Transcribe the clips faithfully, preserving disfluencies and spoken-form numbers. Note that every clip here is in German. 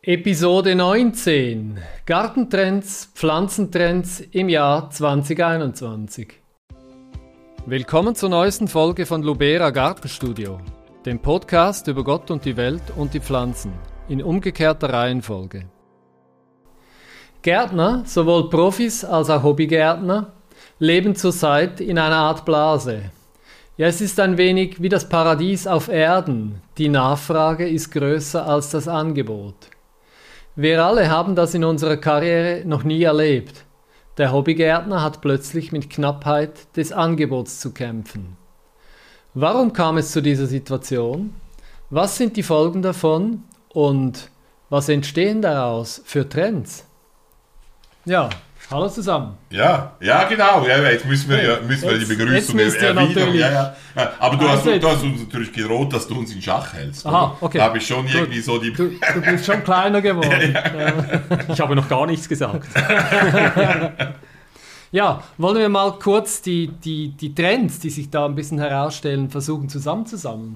Episode neunzehn: Gartentrends, Pflanzentrends im Jahr zwanzig einundzwanzig. Willkommen zur neuesten Folge von Lubera Gartenstudio, dem Podcast über Gott und die Welt und die Pflanzen, in umgekehrter Reihenfolge. Gärtner, sowohl Profis als auch Hobbygärtner, leben zurzeit in einer Art Blase. Ja, es ist ein wenig wie das Paradies auf Erden. Die Nachfrage ist größer als das Angebot. Wir alle haben das in unserer Karriere noch nie erlebt. Der Hobbygärtner hat plötzlich mit Knappheit des Angebots zu kämpfen. Warum kam es zu dieser Situation? Was sind die Folgen davon? Und was entstehen daraus für Trends? Ja, hallo zusammen. Ja, ja genau. Ja, jetzt müssen wir, ja, müssen wir jetzt, die Begrüßung erwidern. Ja, ja. Aber du, also hast, du hast uns natürlich gedroht, dass du uns in Schach hältst. Aha, okay. Da habe ich schon irgendwie Gut. so die... Du, du bist schon kleiner geworden. Ja, ja. Ich habe noch gar nichts gesagt. Ja, wollen wir mal kurz die, die, die Trends, die sich da ein bisschen herausstellen, versuchen zusammenzusammeln.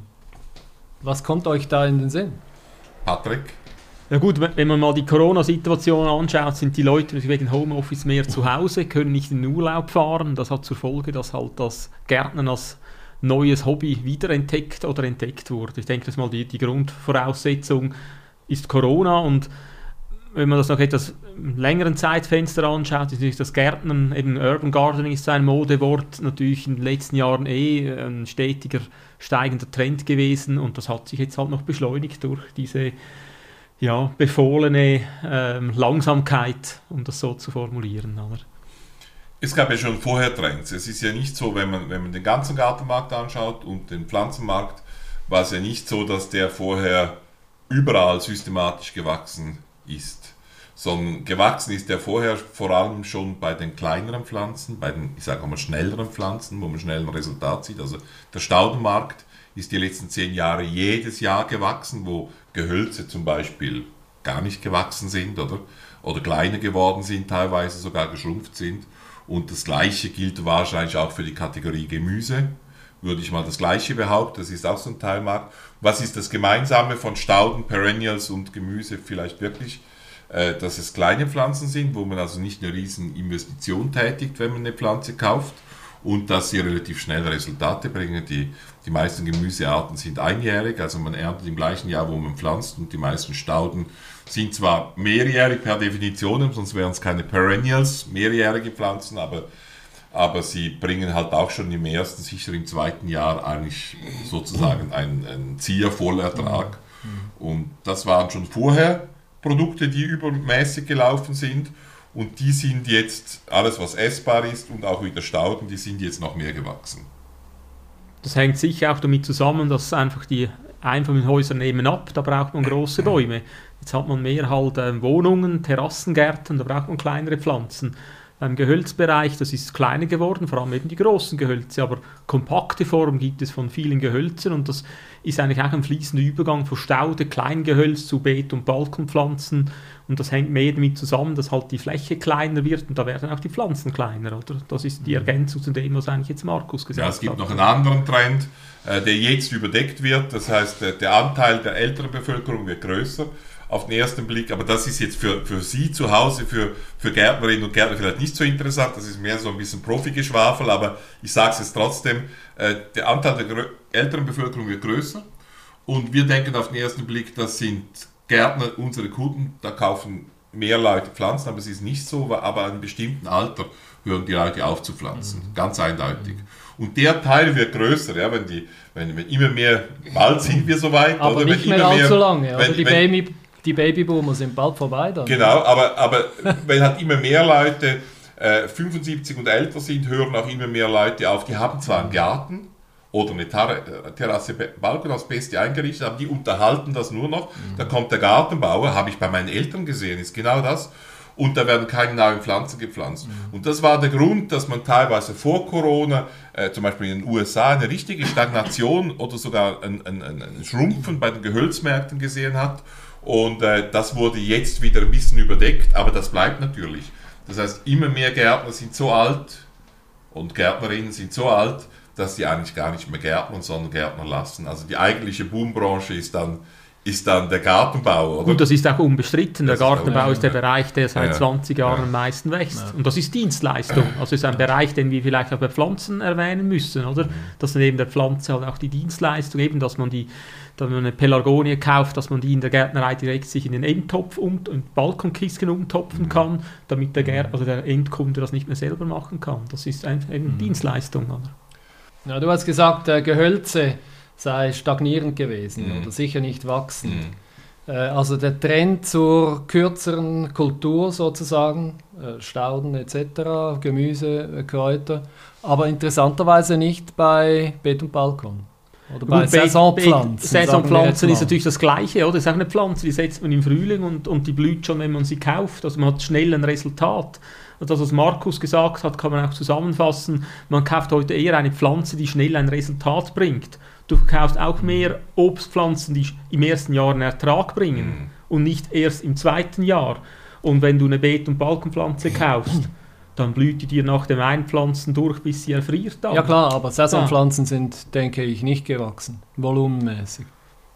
Was kommt euch da in den Sinn? Patrick? Ja gut, wenn man mal die Corona-Situation anschaut, sind die Leute wegen Homeoffice mehr zu Hause, können nicht in den Urlaub fahren. Das hat zur Folge, dass halt das Gärtnern als neues Hobby wiederentdeckt oder entdeckt wurde. Ich denke, das mal die, die Grundvoraussetzung ist Corona, und wenn man das noch etwas längeren Zeitfenster anschaut, ist natürlich das Gärtnern, eben Urban Gardening ist so ein Modewort, natürlich in den letzten Jahren eh ein stetiger steigender Trend gewesen, und das hat sich jetzt halt noch beschleunigt durch diese ja, befohlene ähm, Langsamkeit, um das so zu formulieren. Oder? Es gab ja schon vorher Trends. Es ist ja nicht so, wenn man, wenn man den ganzen Gartenmarkt anschaut und den Pflanzenmarkt, war es ja nicht so, dass der vorher überall systematisch gewachsen ist, sondern gewachsen ist der vorher vor allem schon bei den kleineren Pflanzen, bei den, ich sage mal, schnelleren Pflanzen, wo man schnell ein Resultat sieht. Also der Staudenmarkt ist die letzten zehn Jahre jedes Jahr gewachsen, wo Gehölze zum Beispiel gar nicht gewachsen sind oder, oder kleiner geworden sind, teilweise sogar geschrumpft sind. Und das Gleiche gilt wahrscheinlich auch für die Kategorie Gemüse, würde ich mal das Gleiche behaupten. Das ist auch so ein Teilmarkt. Was ist das Gemeinsame von Stauden, Perennials und Gemüse vielleicht wirklich? Äh, dass es kleine Pflanzen sind, wo man also nicht eine riesen Investition tätigt, wenn man eine Pflanze kauft, und dass sie relativ schnell Resultate bringen. Die, die meisten Gemüsearten sind einjährig, also man erntet im gleichen Jahr, wo man pflanzt, und die meisten Stauden sind zwar mehrjährig per Definition, sonst wären es keine Perennials, mehrjährige Pflanzen, aber, aber sie bringen halt auch schon im ersten, sicher im zweiten Jahr eigentlich sozusagen einen, einen Zieher-Vollertrag. Und das waren schon vorher Produkte, die übermäßig gelaufen sind. Und die sind jetzt, alles was essbar ist und auch wieder Stauden, die sind jetzt noch mehr gewachsen. Das hängt sicher auch damit zusammen, dass einfach die Einfamilienhäuser nehmen ab, da braucht man große Bäume. Jetzt hat man mehr halt äh, Wohnungen, Terrassengärten, da braucht man kleinere Pflanzen. Im Gehölzbereich, das ist kleiner geworden, vor allem eben die großen Gehölze, aber kompakte Form gibt es von vielen Gehölzen, und das ist eigentlich auch ein fließender Übergang von Staude, Kleingehölz zu Beet- und Balkonpflanzen, und das hängt mehr damit zusammen, dass halt die Fläche kleiner wird, und da werden auch die Pflanzen kleiner, oder? Das ist die Ergänzung zu dem, was eigentlich jetzt Markus gesagt hat. Ja, es gibt noch einen anderen Trend, äh, der jetzt überdeckt wird, das heißt, der, der Anteil der älteren Bevölkerung wird größer auf den ersten Blick, aber das ist jetzt für, für Sie zu Hause, für, für Gärtnerinnen und Gärtner vielleicht nicht so interessant, das ist mehr so ein bisschen Profi-Geschwafel, aber ich sage es jetzt trotzdem, äh, der Anteil der grö- älteren Bevölkerung wird größer, und wir denken auf den ersten Blick, das sind Gärtner, unsere Kunden, da kaufen mehr Leute Pflanzen, aber es ist nicht so, aber an einem bestimmten Alter hören die Leute auf zu pflanzen, mhm. ganz eindeutig. Und der Teil wird größer, ja, wenn, die, wenn, wenn immer mehr, bald sind wir soweit. Aber oder nicht wenn mehr immer allzu mehr, lange, oder? Wenn, Die, wenn, Baby, die Babyboomer sind bald vorbei dann. Genau, aber, aber wenn halt immer mehr Leute äh, fünfundsiebzig und älter sind, hören auch immer mehr Leute auf, die haben zwar einen Garten oder eine Tar- Terrasse, Balkon als Beste eingerichtet, aber die unterhalten das nur noch. Mhm. Da kommt der Gartenbauer, habe ich bei meinen Eltern gesehen, ist genau das. Und da werden keine neuen Pflanzen gepflanzt. Mhm. Und das war der Grund, dass man teilweise vor Corona, äh, zum Beispiel in den U S A, eine richtige Stagnation oder sogar ein, ein, ein Schrumpfen bei den Gehölzmärkten gesehen hat. Und äh, das wurde jetzt wieder ein bisschen überdeckt, aber das bleibt natürlich. Das heißt, immer mehr Gärtner sind so alt und Gärtnerinnen sind so alt, dass sie eigentlich gar nicht mehr gärtnern, sondern Gärtner lassen. Also die eigentliche Boombranche ist dann ist dann der Gartenbau, oder? Gut, das ist auch unbestritten. Der Das ist auch- Gartenbau ist der Bereich, der seit Ja. zwanzig Jahren Ja. am meisten wächst. Ja. Und das ist Dienstleistung. Also ist ein Bereich, den wir vielleicht auch bei Pflanzen erwähnen müssen, oder? Dass neben der Pflanze halt auch die Dienstleistung, eben, dass man die, dass man eine Pelargonie kauft, dass man die in der Gärtnerei direkt sich in den Endtopf und um, Balkonkisten umtopfen kann, damit der, Gär, also der Endkunde das nicht mehr selber machen kann. Das ist einfach eine Mhm. Dienstleistung, oder? Ja, du hast gesagt, äh, Gehölze sei stagnierend gewesen Mhm. oder sicher nicht wachsend. Mhm. Äh, also der Trend zur kürzeren Kultur sozusagen, äh, Stauden et cetera, Gemüse, äh, Kräuter, aber interessanterweise nicht bei Beet und Balkon. Oder bei Gut, Beet- Saisonpflanzen. Beet- sagen wir jetzt Saisonpflanzen ist mal. natürlich das Gleiche, oder? Das ist auch eine Pflanze, die setzt man im Frühling und, und die blüht schon, wenn man sie kauft. Also man hat schnell ein Resultat. Und das, was Markus gesagt hat, kann man auch zusammenfassen. Man kauft heute eher eine Pflanze, die schnell ein Resultat bringt. Du kaufst auch mehr Obstpflanzen, die im ersten Jahr einen Ertrag bringen Mhm. und nicht erst im zweiten Jahr. Und wenn du eine Beet- und Balkonpflanze kaufst, dann blüht die dir nach dem Einpflanzen durch, bis sie erfriert. Dann. Ja klar, aber Saisonpflanzen sind, denke ich, nicht gewachsen, volumenmäßig.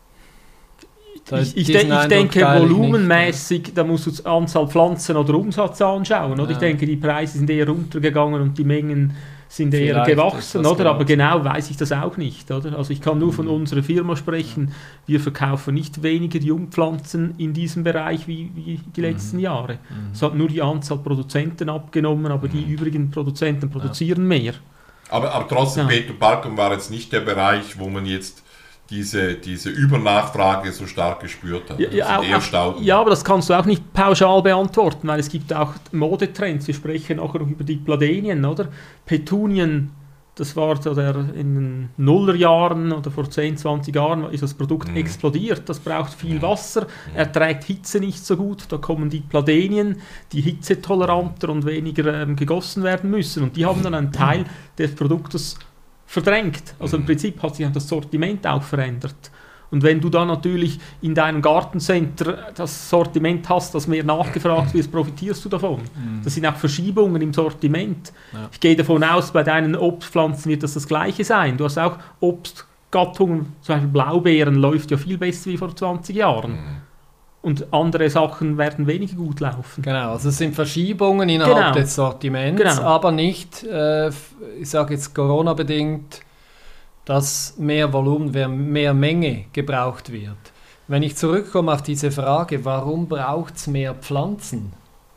Da- Ich, ich, diesen de ich Eindruck denke, teile ich volumenmäßig, da musst du die Anzahl Pflanzen oder Umsatz anschauen. Oder? Ja. Ich denke, die Preise sind eher runtergegangen und die Mengen sind eher Vielleicht gewachsen, etwas oder? Aber gewachsen. genau weiß ich das auch nicht, oder? Also ich kann nur von Mhm. unserer Firma sprechen. Wir verkaufen nicht weniger Jungpflanzen in diesem Bereich wie, wie die letzten Mhm. Jahre. Mhm. Es hat nur die Anzahl Produzenten abgenommen, aber die Mhm. übrigen Produzenten produzieren mehr. Aber, aber trotzdem, Ja. Beet und Balkon war jetzt nicht der Bereich, wo man jetzt diese, diese Übernachfrage so stark gespürt hat. Ja, Das ja, sind auch, eher auch, Stauden. ja, aber das kannst du auch nicht pauschal beantworten, weil es gibt auch Modetrends. Wir sprechen nachher über die Pladenien, oder? Petunien, das war so der, in den Nullerjahren oder vor zehn, zwanzig Jahren ist das Produkt Mhm. explodiert. Das braucht viel Mhm. Wasser, Mhm. erträgt Hitze nicht so gut. Da kommen die Pladenien, die hitzetoleranter und weniger ähm, gegossen werden müssen. Und die haben dann einen Teil des Produktes verdrängt. Also im Mhm. Prinzip hat sich das Sortiment auch verändert. Und wenn du dann natürlich in deinem Gartencenter das Sortiment hast, das mehr nachgefragt wird, profitierst du davon. Mhm. Das sind auch Verschiebungen im Sortiment. Ja. Ich gehe davon aus, bei deinen Obstpflanzen wird das das Gleiche sein. Du hast auch Obstgattungen, zum Beispiel Blaubeeren läuft ja viel besser wie vor zwanzig Jahren. Mhm. Und andere Sachen werden weniger gut laufen. Genau, also es sind Verschiebungen innerhalb Genau. des Sortiments, Genau. aber nicht, äh, f- ich sage jetzt Corona-bedingt, dass mehr Volumen, mehr- mehr Menge gebraucht wird. Wenn ich zurückkomme auf diese Frage, warum braucht es mehr Pflanzen?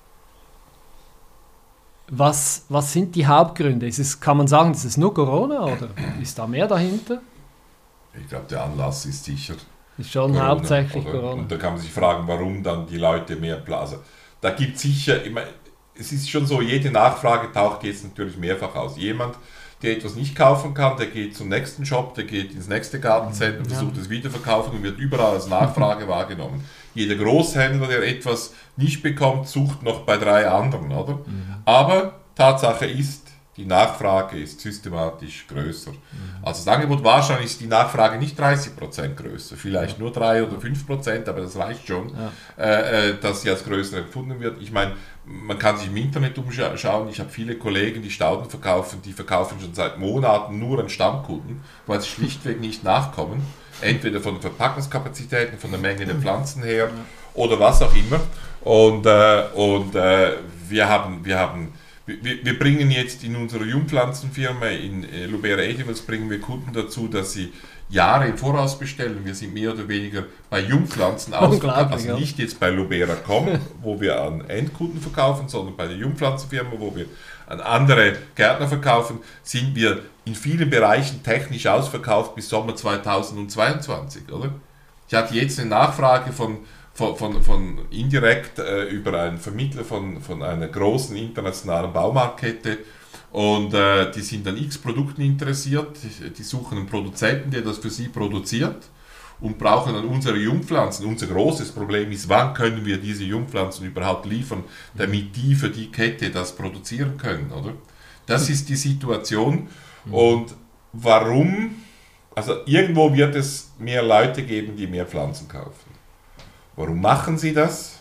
Was, was sind die Hauptgründe? Ist es, kann man sagen, ist es nur Corona oder ist da mehr dahinter? Ich glaube, der Anlass ist sicher Ist schon Corona, hauptsächlich oder? Corona. Und da kann man sich fragen, warum dann die Leute mehr Platz. Also, da gibt es sicher, ich meine, es ist schon so, jede Nachfrage taucht jetzt natürlich mehrfach aus. Jemand, der etwas nicht kaufen kann, der geht zum nächsten Shop, der geht ins nächste Gartencenter, Ja. versucht es wieder verkaufen und wird überall als Nachfrage wahrgenommen. Jeder Großhändler, der etwas nicht bekommt, sucht noch bei drei anderen, oder? Aber Tatsache ist, die Nachfrage ist systematisch größer. Also das Angebot, wahrscheinlich ist die Nachfrage nicht dreißig Prozent größer, vielleicht nur drei oder fünf Prozent, aber das reicht schon, Ja. äh, äh, dass sie als größer empfunden wird. Ich meine, man kann sich im Internet umschauen, ich habe viele Kollegen, die Stauden verkaufen, die verkaufen schon seit Monaten nur an Stammkunden, weil sie schlichtweg nicht nachkommen, entweder von den Verpackungskapazitäten, von der Menge der Pflanzen her oder was auch immer. Und, äh, und äh, wir haben, wir haben Wir, wir bringen jetzt in unserer Jungpflanzenfirma in äh, Lubera Edibles bringen wir Kunden dazu, dass sie Jahre im Voraus bestellen. Wir sind mehr oder weniger bei Jungpflanzen ausverkauft, also ja. nicht jetzt bei Lubera Punkt com, wo wir an Endkunden verkaufen, sondern bei der Jungpflanzenfirma, wo wir an andere Gärtner verkaufen, sind wir in vielen Bereichen technisch ausverkauft bis Sommer zweitausendzweiundzwanzig, oder? Ich hatte jetzt eine Nachfrage von Von, von, von indirekt äh, über einen Vermittler von, von einer großen internationalen Baumarktkette und äh, die sind an X Produkten interessiert, die, die suchen einen Produzenten, der das für sie produziert und brauchen dann unsere Jungpflanzen. Unser großes Problem ist, wann können wir diese Jungpflanzen überhaupt liefern, damit die für die Kette das produzieren können, oder? Das ist die Situation und warum, also irgendwo wird es mehr Leute geben, die mehr Pflanzen kaufen. Warum machen sie das?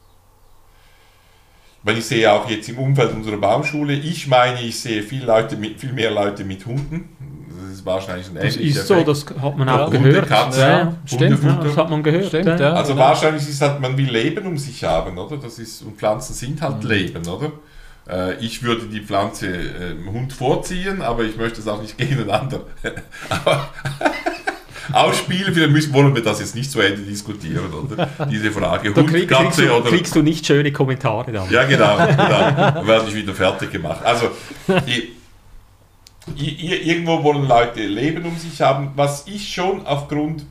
Weil ich sehe auch jetzt im Umfeld unserer Baumschule, ich meine, ich sehe viel, Leute mit, viel mehr Leute mit Hunden. Das ist wahrscheinlich ein Das ähnlicher ist so, Effekt. das hat man Ja, auch Hunde, gehört. Katzen, ja, ja, stimmt, ja, das hat man gehört. Stimmt, ja. ja. Also genau. wahrscheinlich ist halt, man will Leben um sich haben, oder? Das ist, und Pflanzen sind halt Leben, oder? Äh, ich würde die Pflanze äh, dem Hund vorziehen, aber ich möchte es auch nicht gegeneinander aber ausspielen. Vielleicht müssen, wollen wir das jetzt nicht zu Ende diskutieren, oder? Diese Frage, Da Hund, krieg, Katze kriegst, du, oder... kriegst du nicht schöne Kommentare dann. Ja, genau, genau. Dann werde ich wieder fertig gemacht. Also, ich, ich, irgendwo wollen Leute Leben um sich haben, was ich schon aufgrund...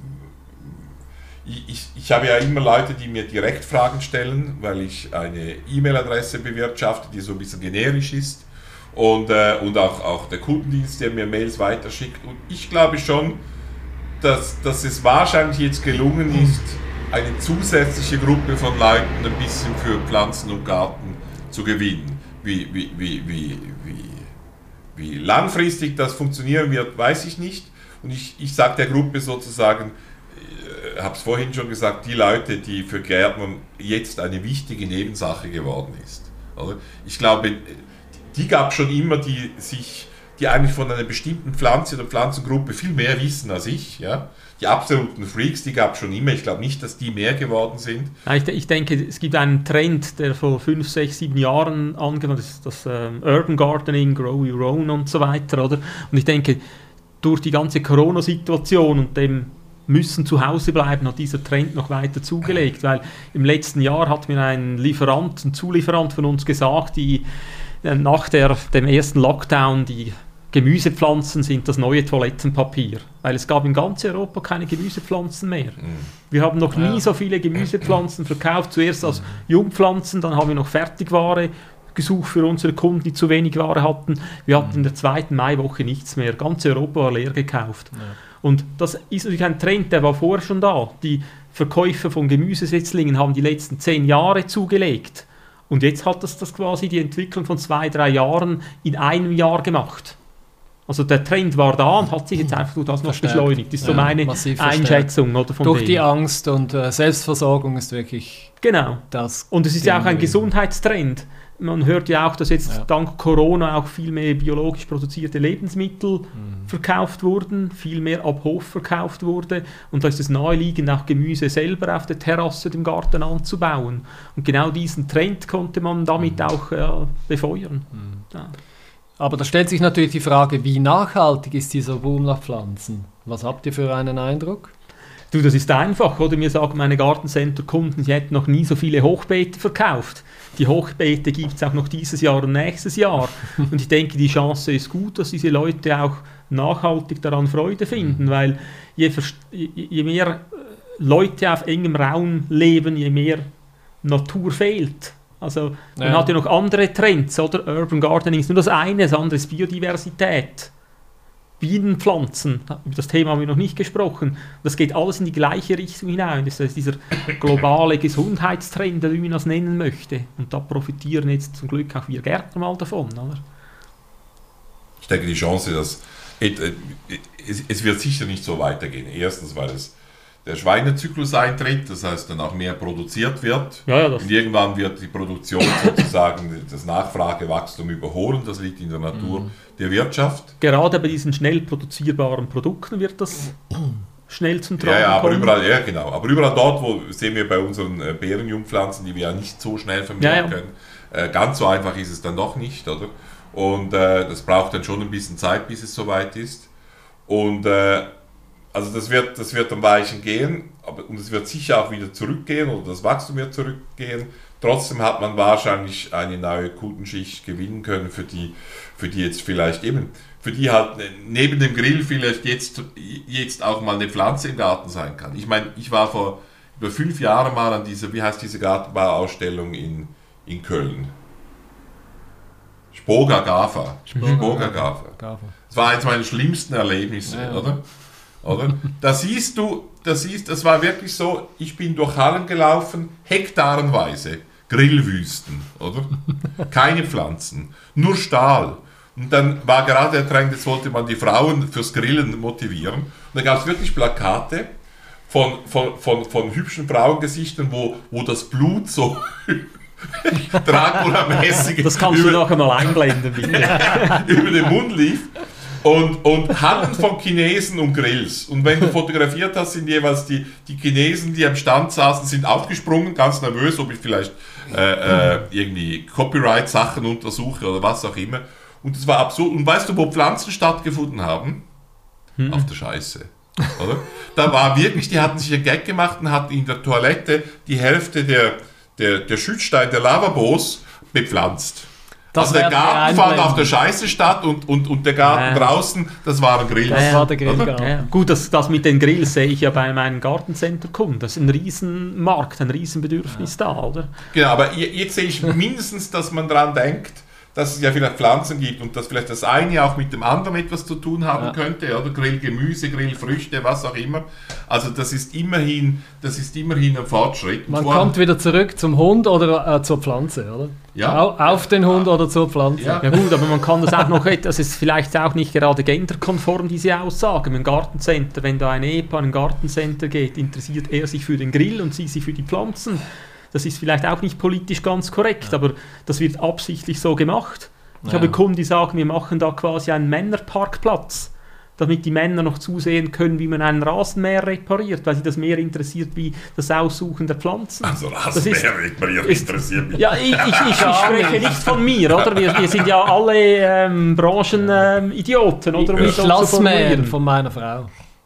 Ich, ich, ich habe ja immer Leute, die mir direkt Fragen stellen, weil ich eine E-Mail-Adresse bewirtschafte, die so ein bisschen generisch ist. Und, äh, und auch, auch der Kundendienst, der mir Mails weiterschickt. Und ich glaube schon, dass, dass es wahrscheinlich jetzt gelungen ist, eine zusätzliche Gruppe von Leuten ein bisschen für Pflanzen und Garten zu gewinnen. Wie, wie, wie, wie, wie, wie langfristig das funktionieren wird, weiß ich nicht. Und ich, ich sage der Gruppe sozusagen, ich habe es vorhin schon gesagt, die Leute, die für Gärtner jetzt eine wichtige Nebensache geworden ist. Oder? Ich glaube, die gab es schon immer, die sich, die eigentlich von einer bestimmten Pflanze oder Pflanzengruppe viel mehr wissen als ich. Ja? Die absoluten Freaks, die gab es schon immer. Ich glaube nicht, dass die mehr geworden sind. Ich, ich denke, es gibt einen Trend, der vor fünf, sechs, sieben Jahren angefangen ist, das, das ähm, Urban Gardening, Grow Your Own und so weiter. Oder? Und ich denke, durch die ganze Corona-Situation und dem müssen zu Hause bleiben, hat dieser Trend noch weiter zugelegt, weil im letzten Jahr hat mir ein Lieferant, ein Zulieferant von uns gesagt, die nach der, dem ersten Lockdown, die Gemüsepflanzen sind das neue Toilettenpapier, weil es gab in ganz Europa keine Gemüsepflanzen mehr. Wir haben noch nie Ja. so viele Gemüsepflanzen verkauft, zuerst als Jungpflanzen, dann haben wir noch Fertigware gesucht für unsere Kunden, die zu wenig Ware hatten. Wir hatten in der zweiten Maiwoche nichts mehr, ganz Europa war leer gekauft. Ja. Und das ist natürlich ein Trend, der war vorher schon da. Die Verkäufer von Gemüsesetzlingen haben die letzten zehn Jahre zugelegt. Und jetzt hat das, das quasi die Entwicklung von zwei, drei Jahren in einem Jahr gemacht. Also der Trend war da und hat sich jetzt einfach durch das noch Verstärkt. beschleunigt. Das ist so Ja, meine massiv verstärkt. Einschätzung. Oder, von Durch dem. die Angst und äh, Selbstversorgung ist wirklich Genau. das. Und es ist ja auch ein Ding. Gesundheitstrend. Man hört ja auch, dass jetzt Ja. dank Corona auch viel mehr biologisch produzierte Lebensmittel Mhm. verkauft wurden, viel mehr ab Hof verkauft wurde. Und da ist es naheliegend, auch Gemüse selber auf der Terrasse im Garten anzubauen. Und genau diesen Trend konnte man damit Mhm. auch äh, befeuern. Mhm. Ja. Aber da stellt sich natürlich die Frage, wie nachhaltig ist dieser Boom nach Pflanzen? Was habt ihr für einen Eindruck? Du, das ist einfach, oder? Mir sagen meine Gartencenter-Kunden, sie hätten noch nie so viele Hochbeete verkauft. Die Hochbeete gibt es auch noch dieses Jahr und nächstes Jahr. Und ich denke, die Chance ist gut, dass diese Leute auch nachhaltig daran Freude finden, weil je, verst- je, je mehr Leute auf engem Raum leben, je mehr Natur fehlt. Also man Ja. hat ja noch andere Trends, oder? Urban Gardening ist nur das eine, das andere ist Biodiversität. Bienenpflanzen, über das Thema haben wir noch nicht gesprochen. Das geht alles in die gleiche Richtung hinein. Das ist dieser globale Gesundheitstrend, wie man das nennen möchte. Und da profitieren jetzt zum Glück auch wir Gärtner mal davon. Oder? Ich denke, die Chance, dass es, es wird sicher nicht so weitergehen. Erstens, weil es der Schweinezyklus eintritt, das heißt dann auch mehr produziert wird. Ja, ja, das- Und irgendwann wird die Produktion sozusagen das Nachfragewachstum überholen. Das liegt in der Natur Mhm. der Wirtschaft. Gerade bei diesen schnell produzierbaren Produkten wird das schnell zum Tragen Ja, ja, aber kommen. überall, ja, genau. Aber überall dort, wo sehen wir bei unseren äh, Beerenjungpflanzen, die wir ja nicht so schnell vermehren Ja, ja. können, äh, ganz so einfach ist es dann doch nicht, oder? Und äh, das braucht dann schon ein bisschen Zeit, bis es soweit ist. Und äh, also das wird, das wird am Weichen gehen, aber, und es wird sicher auch wieder zurückgehen oder das Wachstum wird zurückgehen. Trotzdem hat man wahrscheinlich eine neue Kundenschicht gewinnen können, für die, für die jetzt vielleicht eben, für die halt neben dem Grill vielleicht jetzt, jetzt auch mal eine Pflanze im Garten sein kann. Ich meine, ich war vor über fünf Jahren mal an dieser, wie heißt diese Gartenbauausstellung in, in Köln? Spoga Gafa. Spoga Gafa. Gafa. Das war eines meiner schlimmsten Erlebnisse, Ja. oder? Oder? Da siehst du, das siehst, das war wirklich so, ich bin durch Hallen gelaufen, hektarenweise, Grillwüsten, oder? Keine Pflanzen, nur Stahl. Und dann war gerade der Trend, jetzt wollte man die Frauen fürs Grillen motivieren. Und da gab es wirklich Plakate von, von, von, von hübschen Frauengesichtern, wo, wo das Blut so Dracula-mäßig Das kannst du über, nachher mal einblenden, bitte. über den Mund lief. und, und Hatten von Chinesen und Grills. Und wenn du fotografiert hast, sind jeweils die, die Chinesen, die am Stand saßen, sind aufgesprungen, ganz nervös, ob ich vielleicht äh, äh, irgendwie Copyright-Sachen untersuche oder was auch immer. Und das war absurd. Und weißt du, wo Pflanzen stattgefunden haben? Hm. Auf der Scheiße. Oder? Da war wirklich, die hatten sich einen Gag gemacht und hatten in der Toilette die Hälfte der, der, der Schützsteine, der Lavabos bepflanzt. Das also der Garten fand auf der Scheiße statt und, und, und der Garten ja. draußen, das war ein Grill. Das ja, war der Grill, ja. Ja. Gut, das, das mit den Grills sehe ich ja bei meinem Gartencenter-Kunden. Das ist ein Riesenmarkt, ein Riesenbedürfnis ja. da, oder? Genau, aber jetzt sehe ich mindestens, dass man daran denkt, dass es ja vielleicht Pflanzen gibt und dass vielleicht das eine auch mit dem anderen etwas zu tun haben ja. könnte, oder Grillgemüse, Grillfrüchte, was auch immer. Also das ist immerhin, das ist immerhin ein Fortschritt. Man Vor kommt wieder zurück zum Hund oder äh, zur Pflanze, oder? Ja. Au, auf den Hund ja. oder zur Pflanze. Ja. ja gut, aber man kann das auch noch, das ist vielleicht auch nicht gerade genderkonform, diese Aussage. Im Gartencenter, wenn da ein Ehepaar in ein Gartencenter geht, interessiert er sich für den Grill und sie sich für die Pflanzen. Das ist vielleicht auch nicht politisch ganz korrekt, ja. aber das wird absichtlich so gemacht. Ich ja. habe Kunden, die sagen, wir machen da quasi einen Männerparkplatz, damit die Männer noch zusehen können, wie man einen Rasenmäher repariert, weil sie das mehr interessiert wie das Aussuchen der Pflanzen. Also Rasenmäher repariert interessiert mich. Ja, ich, ich, ich, ich spreche nicht von mir, oder? Wir, wir sind ja alle ähm, Branchenidioten, ähm, oder? Um ich lasse mehr von meiner Frau.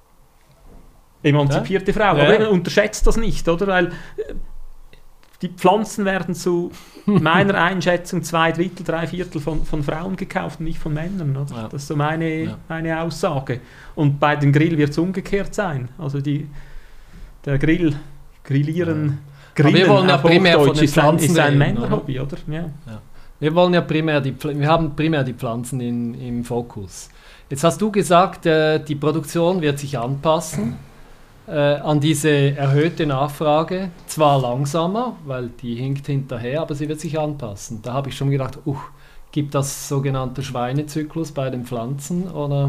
Emanzipierte ja? Frau, aber ja. man unterschätzt das nicht, oder? Weil die Pflanzen werden zu meiner Einschätzung zwei Drittel, drei Viertel von, von Frauen gekauft und nicht von Männern. Oder? Ja. Das ist so meine, ja. meine Aussage. Und bei dem Grill wird es umgekehrt sein. Also die, der Grill, Grillieren, ja. Grillen, wir wollen ja primär von den Pflanzen ist ein Männerhobby, oder? Ja. Ja. Wir wollen ja primär die, wir haben primär die Pflanzen in, im Fokus. Jetzt hast du gesagt, äh, die Produktion wird sich anpassen. Äh, an diese erhöhte Nachfrage, zwar langsamer, weil die hinkt hinterher, aber sie wird sich anpassen. Da habe ich schon gedacht, uh, gibt das sogenannte Schweinezyklus bei den Pflanzen? Oder,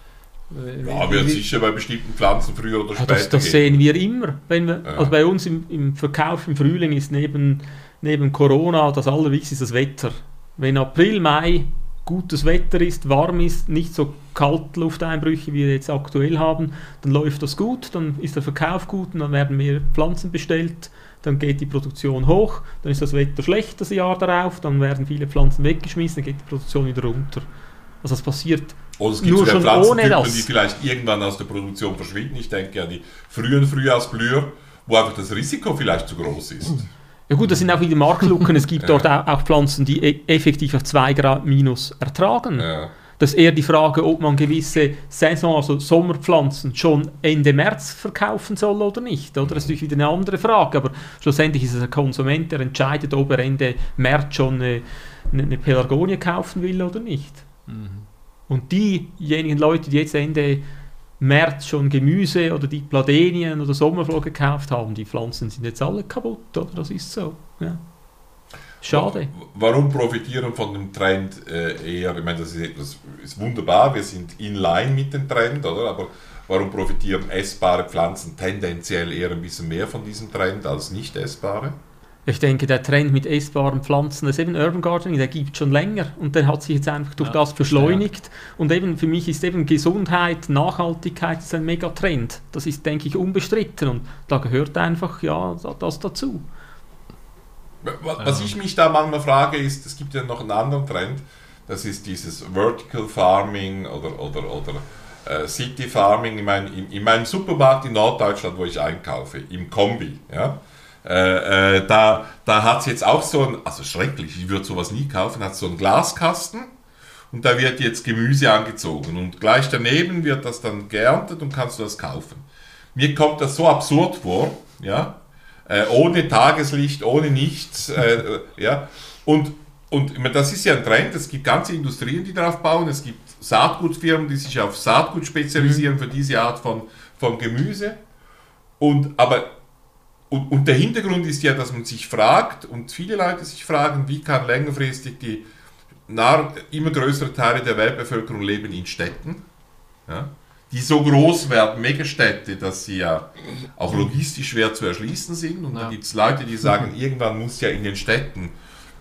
äh, ja, wird sicher bei bestimmten Pflanzen früher oder später ja, das, das sehen wir immer. Wenn wir, ja. Also bei uns im, im Verkauf im Frühling ist neben, neben Corona das Allerwichtigste das Wetter. Wenn April, Mai gutes Wetter ist, warm ist, nicht so Kaltlufteinbrüche, wie wir jetzt aktuell haben, dann läuft das gut, dann ist der Verkauf gut und dann werden mehr Pflanzen bestellt, dann geht die Produktion hoch, dann ist das Wetter schlecht das Jahr darauf, dann werden viele Pflanzen weggeschmissen, dann geht die Produktion wieder runter. Also das passiert Oder es gibt nur schon ohne das. Die vielleicht irgendwann aus der Produktion verschwinden. Ich denke an die frühen Frühjahrsblüher, wo einfach das Risiko vielleicht zu groß ist. Ja gut, das sind auch wieder Marktlücken. Es gibt dort auch, auch Pflanzen, die e- effektiv auf zwei Grad minus ertragen. Ja. Das ist eher die Frage, ob man gewisse Saison, also Sommerpflanzen, schon Ende März verkaufen soll oder nicht. Oder? Das ist natürlich wieder eine andere Frage, aber schlussendlich ist es der Konsument, der entscheidet, ob er Ende März schon eine, eine Pelargonie kaufen will oder nicht. Mhm. Und diejenigen Leute, die jetzt Ende März schon Gemüse oder die Pladenien oder Sommerfloh gekauft haben, die Pflanzen sind jetzt alle kaputt, oder? Das ist so. Ja. Schade. Warum profitieren von dem Trend äh, eher, ich meine, das ist, etwas, ist wunderbar, wir sind in line mit dem Trend, oder? Aber warum profitieren essbare Pflanzen tendenziell eher ein bisschen mehr von diesem Trend als nicht essbare? Ich denke, der Trend mit essbaren Pflanzen, das ist eben Urban Gardening, der gibt es schon länger und der hat sich jetzt einfach durch ja, das beschleunigt. Ja. Und eben für mich ist eben Gesundheit, Nachhaltigkeit ist ein Megatrend. Das ist, denke ich, unbestritten und da gehört einfach ja das dazu. Was ich mich da manchmal frage, ist, es gibt ja noch einen anderen Trend, das ist dieses Vertical Farming oder, oder, oder äh, City Farming. Ich meine, in, in meinem Supermarkt in Norddeutschland, wo ich einkaufe, im Kombi, ja, Äh, äh, da da hat es jetzt auch so ein, also schrecklich, ich würde sowas nie kaufen, hat so einen Glaskasten und da wird jetzt Gemüse angezogen und gleich daneben wird das dann geerntet und kannst du das kaufen. Mir kommt das so absurd vor, ja, äh, ohne Tageslicht, ohne nichts, äh, ja, und, und ich meine, das ist ja ein Trend, es gibt ganze Industrien, die darauf bauen, es gibt Saatgutfirmen, die sich auf Saatgut spezialisieren mhm. für diese Art von, von Gemüse, und aber Und, und der Hintergrund ist ja, dass man sich fragt, und viele Leute sich fragen, wie kann längerfristig die nah, immer größere Teile der Weltbevölkerung leben in Städten, ja, die so groß werden, Megastädte, dass sie ja auch logistisch schwer zu erschließen sind. Und ja. da gibt es Leute, die sagen, irgendwann muss ja in den Städten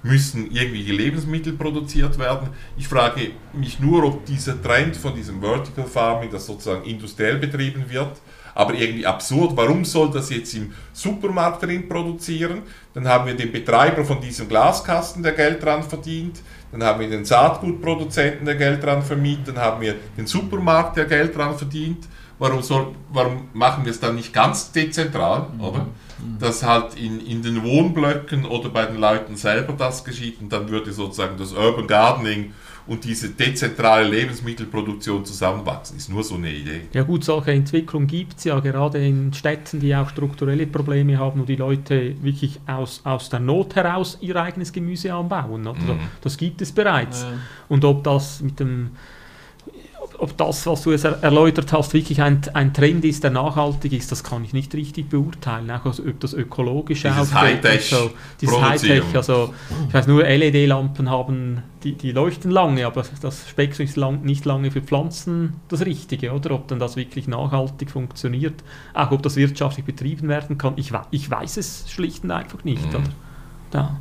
müssen irgendwelche Lebensmittel produziert werden. Ich frage mich nur, ob dieser Trend von diesem Vertical Farming, das sozusagen industriell betrieben wird, aber irgendwie absurd. Warum soll das jetzt im Supermarkt drin produzieren? Dann haben wir den Betreiber von diesem Glaskasten, der Geld dran verdient. Dann haben wir den Saatgutproduzenten, der Geld dran verdient. Dann haben wir den Supermarkt, der Geld dran verdient. Warum, soll, warum machen wir es dann nicht ganz dezentral, mhm. oder? Mhm. Dass halt in, in den Wohnblöcken oder bei den Leuten selber das geschieht und dann würde sozusagen das Urban Gardening und diese dezentrale Lebensmittelproduktion zusammenwachsen. Ist nur so eine Idee. Ja gut, solche Entwicklung gibt es ja gerade in Städten, die auch strukturelle Probleme haben, wo die Leute wirklich aus, aus der Not heraus ihr eigenes Gemüse anbauen. Also mhm. Das gibt es bereits. Ja. Und ob das mit dem Ob das, was du jetzt erläutert hast, wirklich ein, ein Trend ist, der nachhaltig ist, das kann ich nicht richtig beurteilen. Auch also, ob das ökologische Dieses Hightech, so, dieses Hightech, also ich weiß nur, L E D-Lampen haben, die, die leuchten lange, aber das Spektrum ist lang, nicht lange für Pflanzen das Richtige, oder? Ob dann das wirklich nachhaltig funktioniert, auch ob das wirtschaftlich betrieben werden kann, ich, ich weiß es schlicht und einfach nicht. Mhm. Oder? Da.